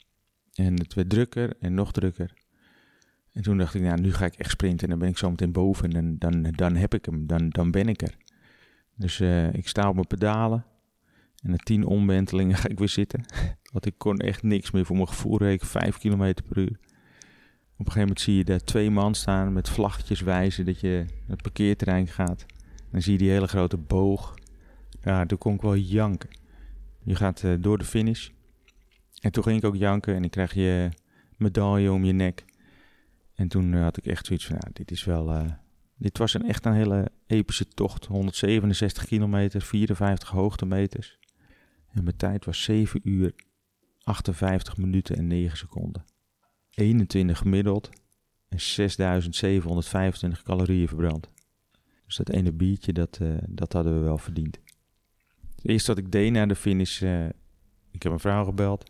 En het werd drukker en nog drukker. En toen dacht ik, nou, nu ga ik echt sprinten. En dan ben ik zo meteen boven en dan, dan, dan heb ik hem. Dan, dan ben ik er. Dus uh, ik sta op mijn pedalen. En na tien omwentelingen ga ik weer zitten. Want ik kon echt niks meer. Voor mijn gevoel reed ik vijf kilometer per uur. Op een gegeven moment zie je daar twee man staan met vlaggetjes wijzen dat je naar het parkeerterrein gaat. Dan zie je die hele grote boog. Ja, toen kon ik wel janken. Je gaat uh, door de finish. En toen ging ik ook janken en ik kreeg je medaille om je nek. En toen uh, had ik echt zoiets van, nou, dit is wel... Uh, dit was een, echt een hele epische tocht. honderdzevenenzestig kilometer, vierenvijftig hoogtemeters. En mijn tijd was zeven uur, achtenvijftig minuten en negen seconden. eenentwintig gemiddeld en zesduizend zevenhonderdvijfentwintig calorieën verbrand. Dus dat ene biertje, dat, uh, dat hadden we wel verdiend. Het eerste wat ik deed na de finish... Uh, ik heb mijn vrouw gebeld.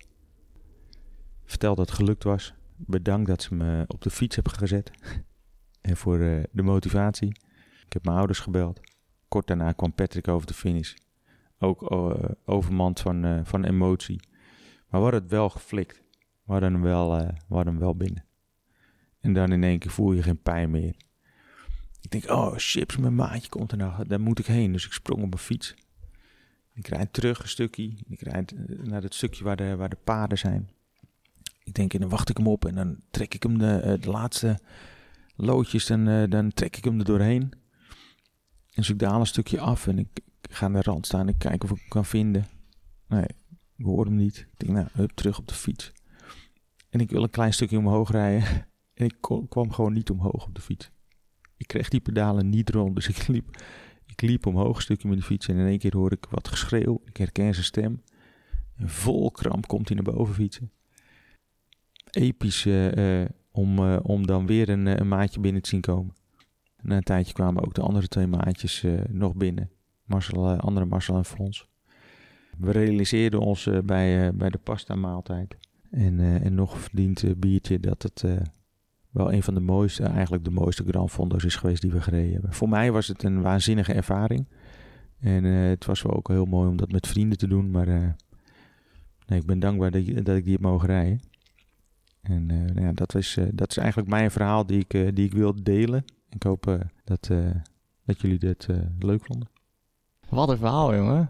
Vertelde dat het gelukt was. Bedankt dat ze me op de fiets hebben gezet. En voor uh, de motivatie. Ik heb mijn ouders gebeld. Kort daarna kwam Patrick over de finish. Ook uh, overmand van, uh, van emotie. Maar we hadden het wel geflikt. We hadden hem wel, uh, we hadden hem wel binnen. En dan in één keer voel je geen pijn meer. Ik denk, oh chips, mijn maatje komt er nou. Daar moet ik heen. Dus ik sprong op mijn fiets. Ik rijd terug een stukje. Ik rijd naar het stukje waar de, waar de paden zijn. Ik denk, en dan wacht ik hem op en dan trek ik hem de, de laatste loodjes, dan, uh, dan trek ik hem er doorheen. En dus ik daal een stukje af en ik, ik ga aan de rand staan en ik kijk of ik hem kan vinden. Nee, ik hoor hem niet. Ik denk, nou, hup, terug op de fiets. En ik wil een klein stukje omhoog rijden. En ik kon, kwam gewoon niet omhoog op de fiets. Ik kreeg die pedalen niet rond, dus ik liep, ik liep omhoog een stukje met de fiets. En in één keer hoor ik wat geschreeuw. Ik herken zijn stem. En vol kramp komt hij naar boven fietsen. Episch uh, uh, om, uh, om dan weer een, een maatje binnen te zien komen. Na een tijdje kwamen ook de andere twee maatjes uh, nog binnen. Marcel, uh, andere Marcel en Frans. We realiseerden ons uh, bij, uh, bij de pasta maaltijd. En, uh, en nog een verdiend uh, biertje dat het uh, wel een van de mooiste, uh, eigenlijk de mooiste Gran Fondo's is geweest die we gereden hebben. Voor mij was het een waanzinnige ervaring. En uh, het was wel ook heel mooi om dat met vrienden te doen. Maar uh, nee, ik ben dankbaar dat, dat ik die heb mogen rijden. En uh, nou ja, dat, is, uh, dat is eigenlijk mijn verhaal die ik, uh, die ik wil delen. Ik hoop uh, dat, uh, dat jullie dit uh, leuk vonden. Wat een verhaal, jongen.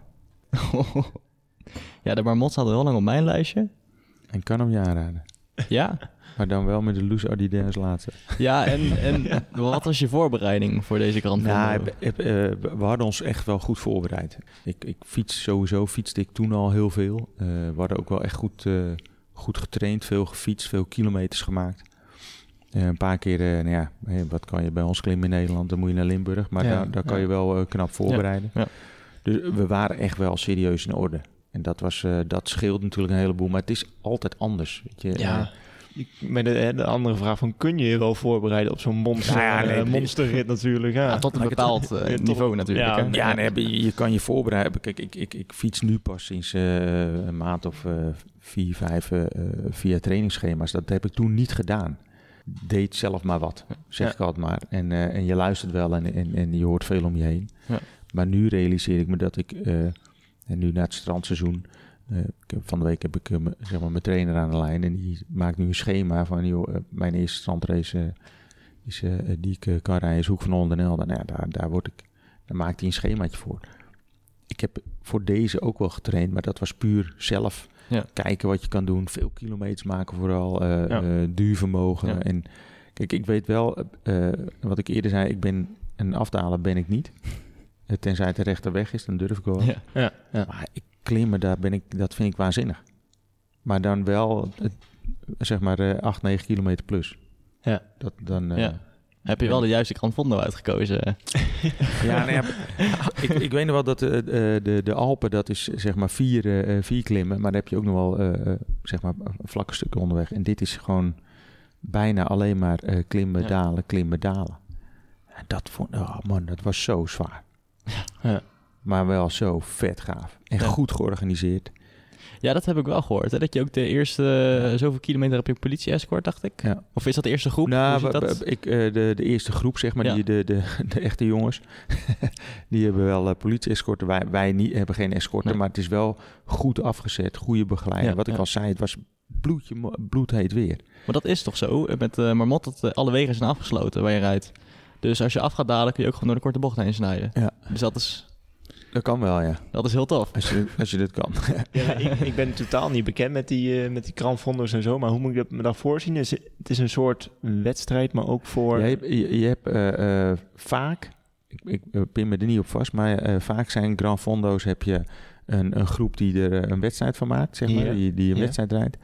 Ja, de Marmot staat al heel lang op mijn lijstje. En kan hem je aanraden. Ja? Maar dan wel met de Loes Adidas laatste. Ja, en, en wat was je voorbereiding voor deze Gran Fondo? Nou, heb, heb, uh, we hadden ons echt wel goed voorbereid. Ik, ik fiets sowieso, fietste ik toen al heel veel. Uh, we hadden ook wel echt goed, uh, goed getraind, veel gefietst, veel kilometers gemaakt. Uh, een paar keer, uh, nou ja, wat kan je bij ons klimmen in Nederland? Dan moet je naar Limburg, maar ja, daar, daar kan ja. je wel uh, knap voorbereiden. Ja, ja. Dus we waren echt wel serieus in orde. En dat, was, uh, dat scheelt natuurlijk een heleboel, maar het is altijd anders. Weet je? Ja, met de, de andere vraag van, kun je je wel voorbereiden op zo'n monster, ja, nee, uh, monsterrit natuurlijk? Ja. Ja, tot een bepaald uh, niveau tot, natuurlijk. Ja, hè? ja nee, je, je kan je voorbereiden. Kijk, ik, ik, ik fiets nu pas sinds uh, een maand of uh, vier, vijf uh, via trainingsschema's. Dat heb ik toen niet gedaan. Deed zelf maar wat, zeg ja. ik altijd maar. En, uh, en je luistert wel en, en, en je hoort veel om je heen. Ja. Maar nu realiseer ik me dat ik, uh, en nu na het strandseizoen, uh, van de week heb ik uh, m- zeg maar mijn trainer aan de lijn en die maakt nu een schema van, joh, uh, mijn eerste strandrace uh, is, uh, die ik uh, kan rijden is Hoek van Holland en Helden. Nou ja, daar, daar, word ik, daar maakt hij een schemaatje voor. Ik heb voor deze ook wel getraind, maar dat was puur zelf ja. kijken wat je kan doen. Veel kilometers maken vooral, uh, ja. uh, duurvermogen. Ja. En kijk, ik weet wel, uh, wat ik eerder zei, ik ben een afdaler ben ik niet. Tenzij het de rechterweg is, dan durf ik wel. Ja. Ja. Ja. Maar ik klimmen, daar ben ik, dat vind ik waanzinnig. Maar dan wel, uh, zeg maar, uh, acht, negen kilometer plus. Ja. Dat, dan, uh, ja. Heb je wel de juiste Gran Fondo uitgekozen? Ja, nou ja, ik, ik weet nog wel dat de, de, de Alpen, dat is zeg maar vier, uh, vier klimmen. Maar dan heb je ook nog wel uh, zeg maar vlakke stukken onderweg. En dit is gewoon bijna alleen maar uh, klimmen, ja. dalen, klimmen, dalen. En dat vond, oh man, dat was zo zwaar. Ja. Maar wel zo vet gaaf. En ja. goed georganiseerd. Ja, dat heb ik wel gehoord. Hè? Dat je ook de eerste uh, zoveel kilometer heb je politie-escort, dacht ik. Ja. Of is dat de eerste groep? Nou, dat? Ik, uh, de, de eerste groep, zeg maar, ja. die, de, de, de echte jongens, die hebben wel uh, politie-escorten. Wij, wij niet, hebben geen escorten, nee. maar het is wel goed afgezet, goede begeleiding. Ja, Wat ik ja. al zei, het was bloedje, bloedheet weer. Maar dat is toch zo? Met uh, Marmot, dat uh, alle wegen zijn afgesloten waar je rijdt. Dus als je af gaat dalen, kun je ook gewoon door de korte bocht heen snijden. Ja. Dus dat is... Dat kan wel, ja. Dat is heel tof. Als je, als je dit kan. Ja, ik, ik ben totaal niet bekend met die, uh, met die Gran Fondo's en zo. Maar hoe moet ik dat me dan voorzien? Dus het is een soort wedstrijd, maar ook voor... Ja, je, je, je hebt uh, uh, vaak... Ik, ik pin me er niet op vast, maar uh, vaak zijn Gran Fondo's heb je een, een groep die er uh, een wedstrijd van maakt, zeg maar. Ja. Die, die een ja. wedstrijd rijdt.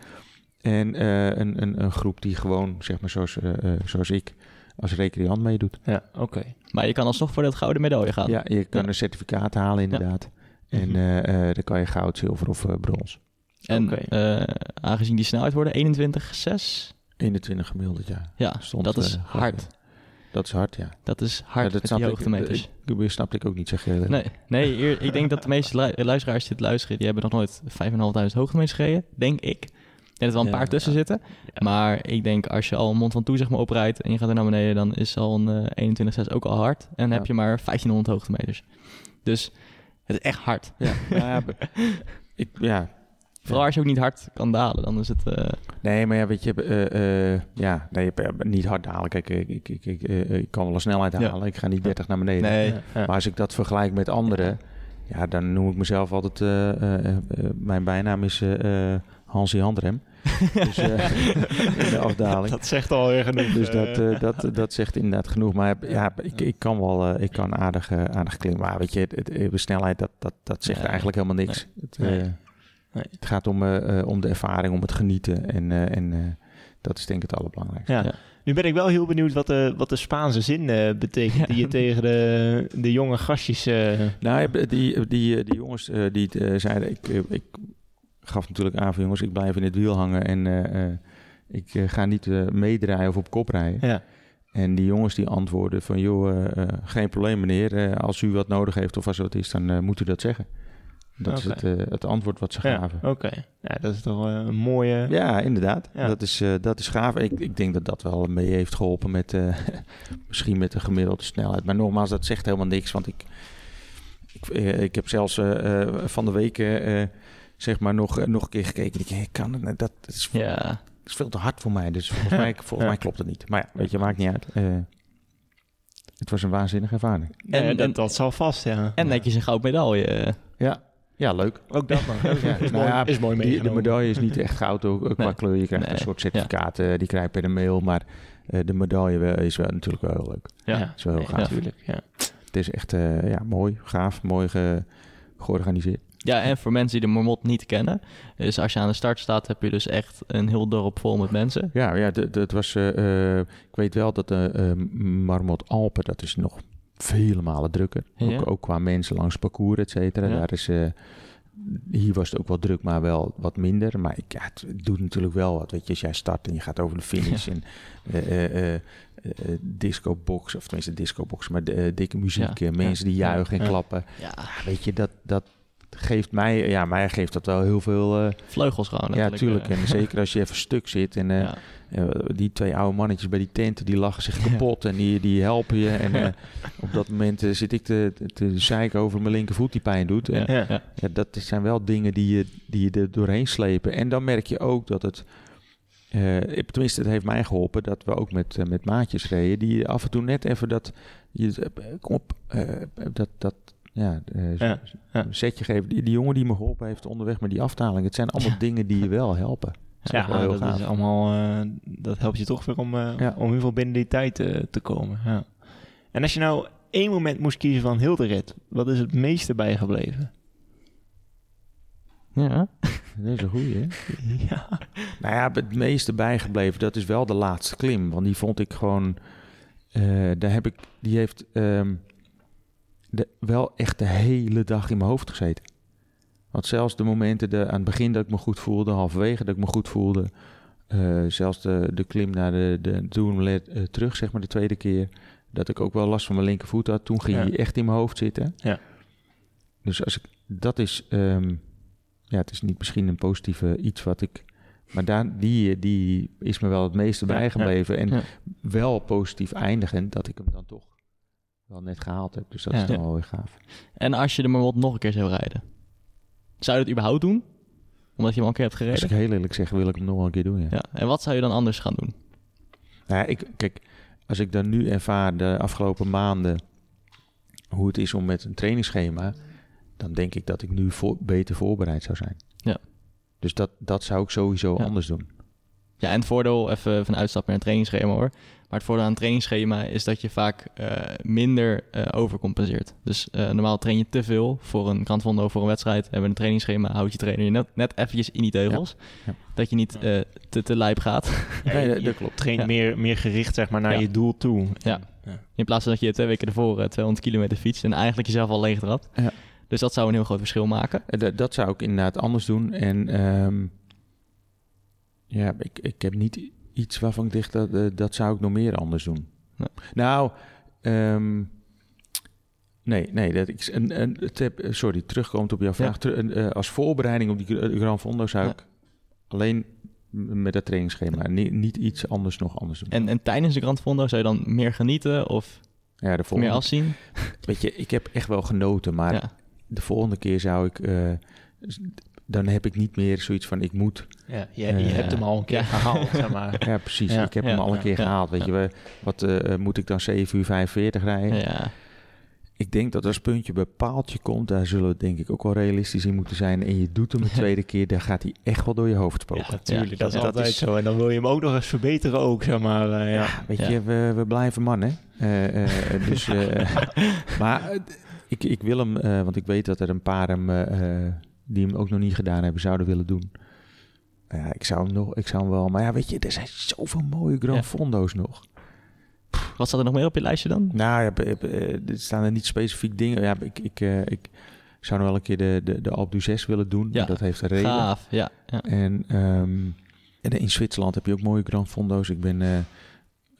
En uh, een, een, een groep die gewoon, zeg maar, zoals, uh, uh, zoals ik... als recreant meedoet. Ja, oké. Okay. Maar je kan alsnog voor dat gouden medaille gaan. Ja, je kan ja. een certificaat halen inderdaad. Ja. En uh, uh, dan kan je goud, zilver of uh, brons. En okay. uh, aangezien die snelheid worden, eenentwintig zes? eenentwintig gemiddeld, ja. Ja, Stond, dat is uh, hard. Dat is hard, ja. Dat is hard, ja, dat met die hoogtemeters. Ik, ik, snapte ik ook niet, zeg je. Nee, nee eer, ik denk dat de meeste lu- luisteraars die dit luisteren, die hebben nog nooit vijfduizend hoogtemeters gereden, denk ik. En er wel een ja, paar tussen ja. zitten. Ja. Maar ik denk, als je al een mond van toe zeg maar oprijdt en je gaat er naar beneden, dan is al een uh, eenentwintig zes ook al hard. En dan ja. heb je maar vijftienhonderd hoogtemeters. Dus het is echt hard. Ja, ja, ik, ja. Vooral als je ook niet hard kan dalen, dan is het... Uh... Nee, maar ja, weet je, uh, uh, ja, nee, niet hard dalen. Kijk, ik, ik, ik, ik, uh, ik kan wel een snelheid halen. Ja. Ik ga niet dertig naar beneden. Nee. Ja. Maar als ik dat vergelijk met anderen, ja, ja dan noem ik mezelf altijd... Uh, uh, uh, mijn bijnaam is uh, Hansie Handrem. Dus uh, in de afdaling. Dat zegt alweer genoeg. Dus dat, uh, dat, dat zegt inderdaad genoeg. Maar ja, ik, ik kan wel, uh, ik kan aardig, uh, aardig klimmen. Maar weet je, het, het, de snelheid, dat, dat, dat zegt nee. eigenlijk helemaal niks. Nee. Het, uh, nee. Nee. het gaat om, uh, om de ervaring, om het genieten. En, uh, en uh, dat is denk ik het allerbelangrijkste. Ja. Ja. Nu ben ik wel heel benieuwd wat de, wat de Spaanse zin uh, betekent ja. die je tegen de, de jonge gastjes... Uh... Nou, die, die, die, die jongens uh, die uh, zeiden... Ik, uh, ik gaf natuurlijk aan van jongens, ik blijf in het wiel hangen en uh, uh, ik uh, ga niet uh, meedraaien of op kop rijden. Ja. En die jongens die antwoorden van, joh, uh, uh, geen probleem meneer. Uh, als u wat nodig heeft of als er wat is, dan uh, moet u dat zeggen. Dat okay. is het, uh, het antwoord wat ze ja, gaven. Oké, okay. Ja, dat is toch uh, een mooie... Ja, inderdaad. Ja. Dat, is, uh, dat is gaaf. Ik, ik denk dat dat wel mee heeft geholpen met uh, misschien met de gemiddelde snelheid. Maar nogmaals, dat zegt helemaal niks. Want ik, ik, uh, ik heb zelfs uh, uh, van de week uh, zeg maar nog, uh, nog een keer gekeken. Ik, ik kan het, dat, dat, is, ja. dat is veel te hard voor mij. Dus volgens, mij, volgens ja. mij klopt het niet. Maar ja, weet je, maakt niet uit. Uh, het was een waanzinnige ervaring. En, en dat, dat zal vast, ja. En netjes een goud medaille. Ja. Ja, leuk. Ook dat dan. Ja, is, nou ja, is mooi meegenomen. Die, de medaille is niet echt goud ook, qua nee. kleur. Je krijgt nee. een soort certificaat, ja. uh, die krijg je per de mail. Maar uh, de medaille is wel, natuurlijk wel heel leuk. Ja, ja. is wel heel nee, gaaf. Natuurlijk, ja. Het is echt uh, ja, mooi, gaaf, mooi ge, georganiseerd. Ja, en voor mensen die de Marmot niet kennen. Dus als je aan de start staat, heb je dus echt een heel dorp vol met mensen. Ja, ja het was... Uh, uh, ik weet wel dat de uh, Marmot Alpen, dat is nog vele malen drukker. Ja. Ook, ook qua mensen langs het parcours, et cetera. Ja. Daar is... Uh, Hier was het ook wel druk, maar wel wat minder. Maar ik, ja, het doet natuurlijk wel wat. Weet je, als jij start en je gaat over de finish ja. en uh, uh, uh, uh, discobox, of tenminste discobox, maar de, uh, dikke muziek, ja. uh, mensen die juichen ja. en klappen. Ja. Ja, weet je, dat, dat geeft mij, ja, mij geeft dat wel heel veel... Uh, vleugels gewoon. Ja, tuurlijk. Uh. En zeker als je even stuk zit en... Uh, ja. Uh, die twee oude mannetjes bij die tenten, die lachen zich kapot ja. en die, die helpen je. En uh, op dat moment uh, zit ik te, te zeiken over mijn linkervoet die pijn doet. En, ja. Ja. Ja, dat zijn wel dingen die je, die je er doorheen slepen. En dan merk je ook dat het... Uh, tenminste, het heeft mij geholpen dat we ook met, uh, met maatjes reden. Die af en toe net even dat... Je, uh, kom op, uh, dat... dat ja, uh, ja. Ja. setje geven. Die, die jongen die me geholpen heeft onderweg met die aftaling. Het zijn allemaal ja. dingen die je wel helpen. Ja, ja dat gaaf. is allemaal. Uh, dat helpt je toch weer om, uh, ja. om in ieder geval binnen die tijd uh, te komen. Ja. En als je nou één moment moest kiezen van heel de rit, wat is het meeste bijgebleven? Ja, dat is een goeie, hè? Ja. Nou ja, het meeste bijgebleven, dat is wel de laatste klim. Want die vond ik gewoon... Uh, daar heb ik... Die heeft um, de, wel echt de hele dag in mijn hoofd gezeten. Want zelfs de momenten de, aan het begin dat ik me goed voelde, halverwege dat ik me goed voelde, uh, zelfs de, de klim naar de, de toen uh, terug, zeg maar de tweede keer, dat ik ook wel last van mijn linkervoet had, toen ging ja. hij echt in mijn hoofd zitten. Ja. Dus als ik, dat is, um, ja, het is niet misschien een positieve iets wat ik, maar daar, die, die is me wel het meeste ja, bijgebleven. Ja. En ja. wel positief eindigend dat ik hem dan toch wel net gehaald heb. Dus dat ja. is dan ja. wel weer gaaf. En als je de Marmot nog een keer zou rijden? Zou je dat überhaupt doen? Omdat je hem al een keer hebt gereden? Als ik heel eerlijk zeg, wil ik hem nog wel een keer doen, ja. ja. En wat zou je dan anders gaan doen? Nou ja, ik, kijk, als ik dan nu ervaar de afgelopen maanden hoe het is om met een trainingsschema, dan denk ik dat ik nu voor, beter voorbereid zou zijn. Ja. Dus dat, dat zou ik sowieso ja. anders doen. Ja, en het voordeel, even van uitstap naar een trainingsschema hoor. Maar het voordeel aan een trainingsschema is dat je vaak uh, minder uh, overcompenseert. Dus uh, normaal train je te veel voor een Gran Fondo, voor een wedstrijd. En met een trainingsschema houdt je trainer je net, net eventjes in die teugels. Ja. Ja. Dat je niet uh, te, te lijp gaat. Ja, nee, dat, dat klopt. Train ja. meer, meer gericht zeg maar, naar ja. je doel toe. Ja. Ja. In plaats van dat je twee weken ervoor uh, tweehonderd kilometer fietst en eigenlijk jezelf al leeg trapt. Ja. Dus dat zou een heel groot verschil maken. Dat, dat zou ik inderdaad anders doen. En um, ja, ik, ik heb niet iets waarvan ik dacht, dat, uh, dat zou ik nog meer anders doen. Nee. Nou, um, nee, nee. Dat ik, een, een, heb, sorry, terugkomend op jouw vraag. Ja. Ter, uh, als voorbereiding op die uh, Gran Fondo zou ja. ik alleen met dat trainingsschema niet, niet iets anders nog anders doen. En, en tijdens de Gran Fondo zou je dan meer genieten of ja, de volgende, meer afzien? Weet je, ik heb echt wel genoten, maar ja. de volgende keer zou ik... Uh, dan heb ik niet meer zoiets van, ik moet... Ja, je, je uh, hebt hem al een keer ja. gehaald, zeg maar. Ja, precies. Ja. Ik heb ja, hem al een keer ja, gehaald. Weet ja. je, wat uh, moet ik dan zeven uur vijfenveertig rijden? Ja. Ik denk dat als puntje bij paaltje komt, daar zullen we denk ik ook wel realistisch in moeten zijn. En je doet hem de tweede keer, dan gaat hij echt wel door je hoofd spoken. Ja, natuurlijk. Ja, dat, dat is altijd is, zo. En dan wil je hem ook nog eens verbeteren ook, zeg maar. Uh, ja. ja, weet ja. je, we, we blijven mannen. Uh, uh, dus, uh, maar uh, ik, ik wil hem, uh, want ik weet dat er een paar hem... Uh, die hem ook nog niet gedaan hebben, zouden willen doen. Ja, ik zou hem nog, ik zou hem wel... Maar ja, weet je, er zijn zoveel mooie Gran ja. Fondo's nog. Pff, wat staat er nog meer op je lijstje dan? Nou ja, er staan er niet specifiek dingen. Ja, ik, ik, uh, ik zou nog wel een keer de, de, de Alpe d'Huez willen doen. Ja, dat heeft een reden. Gaaf, ja. ja. En, um, en in Zwitserland heb je ook mooie Gran Fondo's. Ik ben... Uh,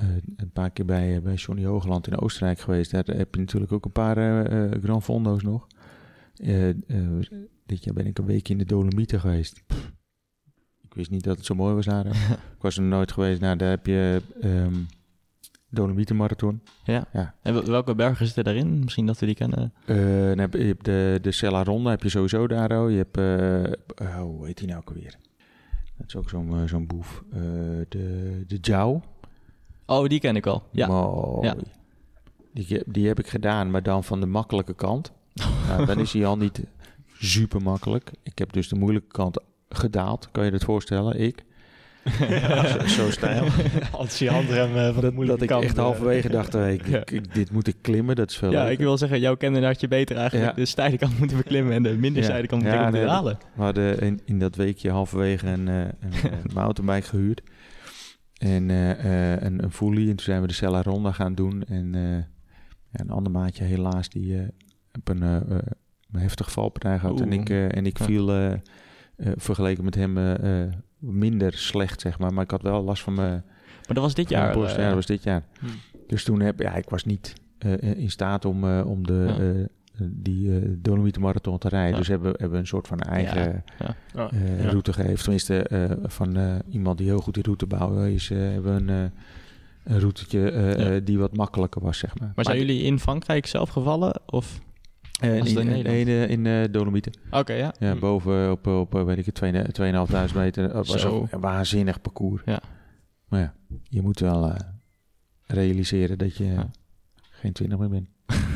een paar keer bij, bij Johnny Hogeland in Oostenrijk geweest. Daar heb je natuurlijk ook een paar uh, uh, Gran Fondo's nog. Uh, uh, dit jaar ben ik een weekje in de Dolomieten geweest. Pff, ik wist niet dat het zo mooi was daar. Ik was er nooit geweest. Nou, daar heb je um, Dolomietenmarathon. Ja. ja. En welke bergen zitten daarin? Misschien dat we die kennen. Uh, dan heb je hebt de, de Sella Ronda heb je sowieso daar. Oh. Je hebt, uh, uh, hoe heet die nou ook alweer? Dat is ook zo'n, uh, zo'n boef. Uh, de, de Jou. Oh, die ken ik al. Ja. Mooi. Ja. Die, die heb ik gedaan, maar dan van de makkelijke kant. Nou, dan is hij al niet super makkelijk. Ik heb dus de moeilijke kant gedaald. Kan je dat voorstellen? Ik. Ja, zo, zo stijl. Als je handrem uh, van de moeilijke dat kant. ik echt uh, halverwege dacht, hey, ik, ik, ik, dit moet ik klimmen. Dat is veel Ja, leuker. ik wil zeggen, jouw kennen had je beter eigenlijk Ja. de steile kant moeten beklimmen en de minder Ja. steile kant Ja, moeten nee, halen. We hadden in, in dat weekje halverwege een, uh, een, een mountainbike gehuurd. En uh, uh, een, een fully. En toen zijn we de Sella Ronda gaan doen. En uh, ja, een ander maatje helaas, die uh, heb een, uh, uh, een heftige valpartij gehad. Oeh. En ik, uh, en ik Ja. viel uh, uh, vergeleken met hem uh, uh, minder slecht, zeg maar. Maar ik had wel last van mijn Maar dat was dit van mijn jaar. borst. uh, Ja, dat was dit jaar. Hmm. Dus toen heb ja, ik was niet uh, in staat om, uh, om de, Ja. uh, die uh, Dolomieten Marathon te rijden. Ja. Dus hebben, hebben we een soort van eigen Ja. Oh, uh, ja. route gegeven. Tenminste, uh, van uh, iemand die heel goed in route bouwen is, uh, hebben we een, uh, een routetje uh, Ja. uh, die wat makkelijker was, zeg maar. Maar zijn jullie in Frankrijk zelf gevallen? Of? Uh, was het in in, Nederland? in, in uh, Dolomieten. Oké, ja. Ja, Hmm. boven op, op uh, weet ik het, tweeënhalfduizend meter. Dat was Zo. ook een waanzinnig parcours. Ja. Maar ja, je moet wel uh, realiseren dat je Ja. geen twintig meer bent.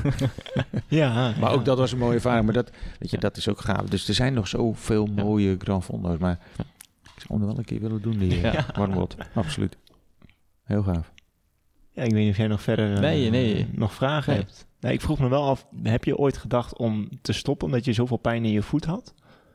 Ja, Maar ja. ook dat was een mooie ervaring. Maar dat, weet je, dat is ook gaaf. Dus er zijn nog zoveel Ja. mooie Gran Fondo's. Maar Ja. ik zou hem wel een keer willen doen, die uh, Ja. Warmrot. Absoluut. Heel gaaf. Ja, ik weet niet of jij nog verder uh, Nee, nee. nog vragen Nee. hebt. Nee, ik vroeg me wel af, heb je ooit gedacht om te stoppen omdat je zoveel pijn in je voet had?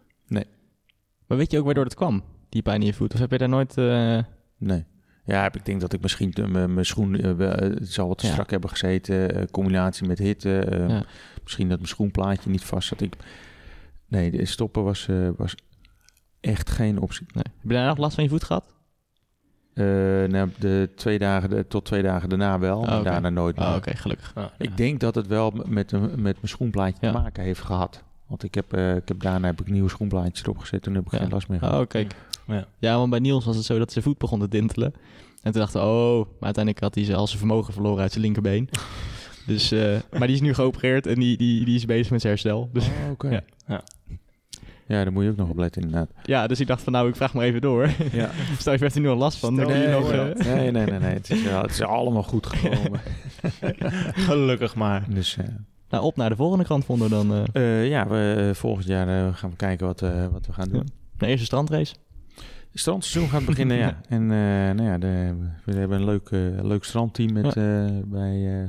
Maar weet je ook waardoor het kwam, die pijn in je voet? Of heb je daar nooit... uh, Nee. Ja, ik denk dat ik misschien uh, mijn mijn schoen uh, wel, uh, het zal wat te Ja. strak hebben gezeten. Uh, combinatie met hitte. Uh, Ja. Misschien dat mijn schoenplaatje niet vast zat. Ik, nee, de stoppen was, uh, was echt geen optie. nee. Heb je daar nog last van je voet gehad? Uh, nou, de twee dagen, de, tot twee dagen daarna wel, maar oké. daarna nooit meer. Oh, oké, gelukkig. Ik denk dat het wel met, een- met mijn schoenplaatje Ja. te maken heeft gehad. Want ik heb, uh, ik heb daarna heb ik nieuwe schoenplaatjes erop gezet. Toen heb ik Ja. geen last meer gehad. Oh, kijk. Ja. Ja, want bij Niels was het zo dat zijn voet begon te dintelen. En toen dachten we, oh... Maar uiteindelijk had hij ze al zijn vermogen verloren uit zijn linkerbeen. Dus, uh, maar die is nu geopereerd en die, die, die is bezig met zijn herstel. Dus, Oh, oké. Ja. Ja. Ja, daar moet je ook nog op letten inderdaad. ja, dus ik dacht van, nou, ik vraag maar even door. Ja. Stel je heeft er nu al last van. Stel Dan kun je je nog, voor. uh, Nee, nee, nee, nee. Het is, wel- het is allemaal goed gekomen. Gelukkig maar. Dus uh, nou, op naar de volgende krant vonden we dan. Uh, uh, ja, we, uh, volgend jaar uh, gaan we kijken wat, uh, wat we gaan doen. de eerste strandrace. Het strandseizoen gaat beginnen, ja. En uh, nou ja, de, we hebben een leuk, uh, leuk strandteam met, uh, bij... Uh,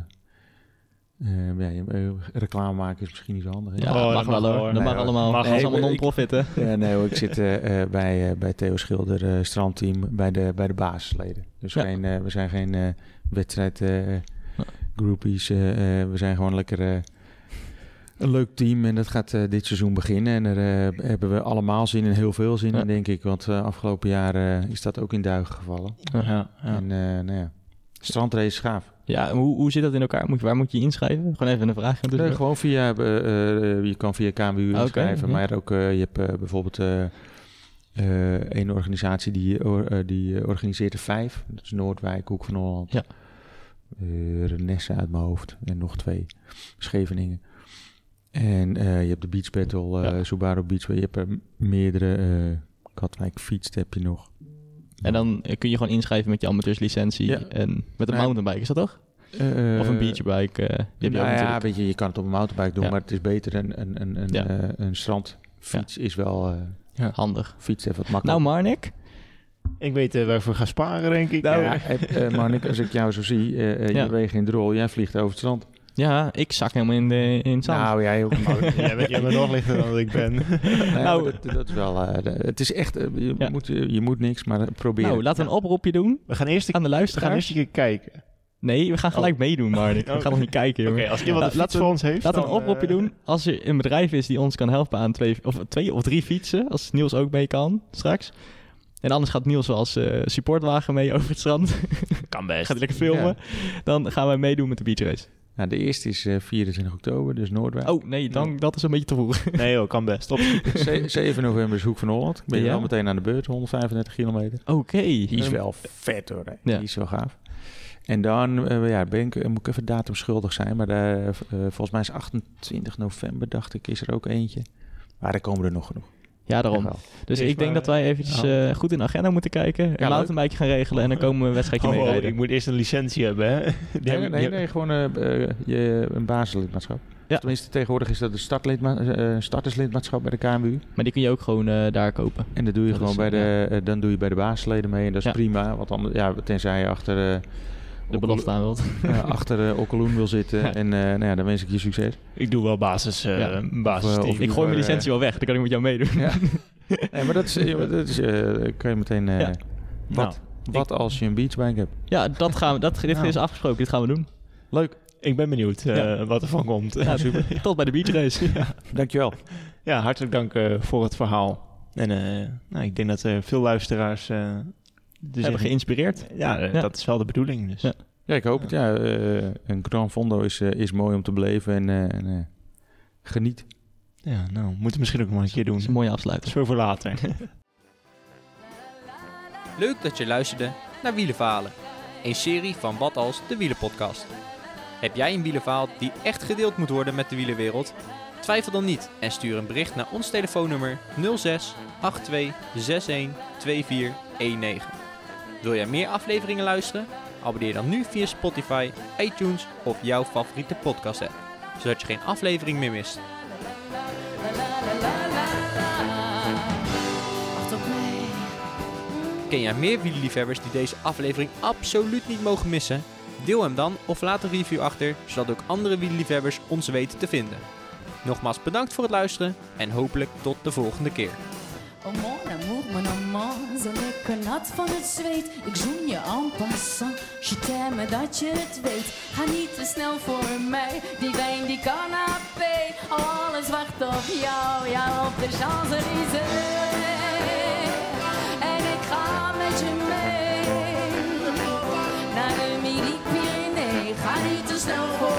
uh, ja, uh, reclame maken is misschien niet zo handig. hè? Ja, Oh, mag dat wel mag hoor. hoor. Dat Nee, mag hoor. allemaal. Mag Dat is wel. allemaal Ik- non-profit, hè? Ja, nee hoor, ik zit uh, uh, bij, uh, bij Theo Schilder, uh, strandteam, bij de, bij de basisleden. Dus Ja. geen, uh, we zijn geen uh, wedstrijd uh, groupies. Uh, uh, we zijn gewoon lekker uh, een leuk team en dat gaat uh, dit seizoen beginnen. En daar uh, hebben we allemaal zin in, heel veel zin Ja. in, denk ik. Want uh, afgelopen jaar uh, is dat ook in duigen gevallen. Ja, ja. En uh, nou ja, strandrace is gaaf. Ja, en hoe, hoe zit dat in elkaar? Moet, je- waar moet je je inschrijven? Gewoon even een vraag. Nee, gewoon via, uh, uh, je kan via K M W U Oké, inschrijven, ja. maar ook uh, je hebt uh, bijvoorbeeld uh, uh, een organisatie die, uh, die uh, organiseert er vijf. Dat is Noordwijk, Hoek van Holland, Ja. uh, Renesse uit mijn hoofd en nog twee, Scheveningen. En uh, je hebt de Beach Battle, uh, Ja. Subaru Beach, je hebt er meerdere, uh, Katwijk Fietst heb je nog. En dan kun je gewoon inschrijven met je amateurslicentie Ja. en met een Nee. mountainbike, is dat toch? Uh, Of een beachbike. Uh, die heb je nou ook ja, natuurlijk. weet je, je kan het op een mountainbike doen, Ja. maar het is beter een, een, een, een, Ja. uh, een strandfiets is wel, uh, Handig. fiets even wat makkelijker. Nou, Marnik. Ik weet uh, waar ik voor ga sparen, denk ik. Nou, Ja. Ja, uh, Marnik, als ik jou zo zie, uh, uh, Ja. je weegt in de rol, jij vliegt over het strand. Ja, ik zak helemaal in, de, in het zand. Nou, jij ook. Maar, Jij bent, jij bent nog lichter dan ik ben. nee, Nou. maar dat, dat is wel, uh, de- het is echt, uh, je, Ja. moet, je moet niks, maar probeer. nou, laten we een oproepje doen We gaan eerst, aan de we gaan luisteraars. eerst een keer kijken. Nee, we gaan gelijk meedoen, Marnik. We Oh. gaan nog niet kijken, Oké, jongen. als iemand La- een laten fiets we- voor ons heeft... Laten we een dan, oproepje eh, doen. Als er een bedrijf is die ons kan helpen aan twee of, twee of drie fietsen, als Niels ook mee kan straks, En anders gaat Niels wel als uh, supportwagen mee over het strand. Kan best. Gaat hij lekker filmen. Ja. Dan gaan wij meedoen met de beach race. Nou, de eerste is uh, vierentwintig oktober, dus Noordwijk. Oh, nee, dan, ja. dat is een beetje te vroeg. Nee joh, kan best. Ze- zeven november is Hoek van Holland. Ik ben ja. wel meteen aan de beurt, honderdvijfendertig kilometer. Oké. Okay. Die is wel vet hoor. Ja. Die is wel gaaf. En dan uh, ja, ben ik, moet ik even datum schuldig zijn, maar daar, uh, volgens mij is achtentwintig november, dacht ik, is er ook eentje. Maar er komen er nog genoeg. Ja, daarom. Dus ik, ik denk dat wij eventjes uh, goed in de agenda moeten kijken. Een ja, mountainbike gaan regelen en dan komen we een wedstrijdje oh, meerijden. Oh, ik moet eerst een licentie hebben, hè? Nee, nee, nee, nee gewoon uh, uh, je, een basislidmaatschap. Ja. Tenminste, tegenwoordig is dat een uh, starterslidmaatschap bij de K M U. Maar die kun je ook gewoon uh, daar kopen. En dat doe je dat gewoon is, bij de, ja. uh, dan doe je bij de basisleden mee en dat is ja. prima. Want dan, ja, tenzij je achter... Uh, de belofte aan wilt. Ja, achter uh, Okkeloen wil zitten. Ja. En uh, nou ja, dan wens ik je succes. Ik doe wel basis, uh, ja. basis of, uh, of ik gooi mijn licentie uh, wel weg. Dan kan ik met jou meedoen. Ja. Nee, maar dat is, dat is uh, kan je meteen... Uh, ja. Wat, nou, wat ik, als je een beachbike hebt? Ja, dat gaan we, dat, dit nou. is afgesproken. Dit gaan we doen. Leuk. Ik ben benieuwd uh, ja. wat er van komt. Ja, super. Tot bij de beach race. Ja. Dankjewel. Ja, hartelijk dank uh, voor het verhaal. En uh, nou, ik denk dat er veel luisteraars... Uh, dus hebben geïnspireerd. Ja, uh, ja, dat is wel de bedoeling. Dus. Ja. Ja, ik hoop het. Ja, uh, een Gran Fondo is, uh, is mooi om te beleven en, uh, en uh, geniet. Ja, nou, moeten we misschien ook nog een keer doen. Dat is een mooie afsluiting. Dat is voor later. Leuk dat je luisterde naar Wielenverhalen. Een serie van Wat Als, de Wielenpodcast. Heb jij een wielenverhaal die echt gedeeld moet worden met de wielerwereld? Twijfel dan niet en stuur een bericht naar ons telefoonnummer nul zes acht twee zes een twee vier een negen. Wil jij meer afleveringen luisteren? Abonneer dan nu via Spotify, iTunes of jouw favoriete podcast app, zodat je geen aflevering meer mist. Ken jij meer wielerliefhebbers die deze aflevering absoluut niet mogen missen? Deel hem dan of laat een review achter, zodat ook andere wielerliefhebbers ons weten te vinden. Nogmaals bedankt voor het luisteren en hopelijk tot de volgende keer. Oh mon amour, mon amant, zo lekker nat van het zweet. Ik zoen je en passant, je t'aime dat je het weet. Ga niet te snel voor mij, die wijn die canapé. Alles wacht op jou, ja op de Champs-Élysées. En ik ga met je mee, naar de Midi-Pyrénées. Ga niet te snel voor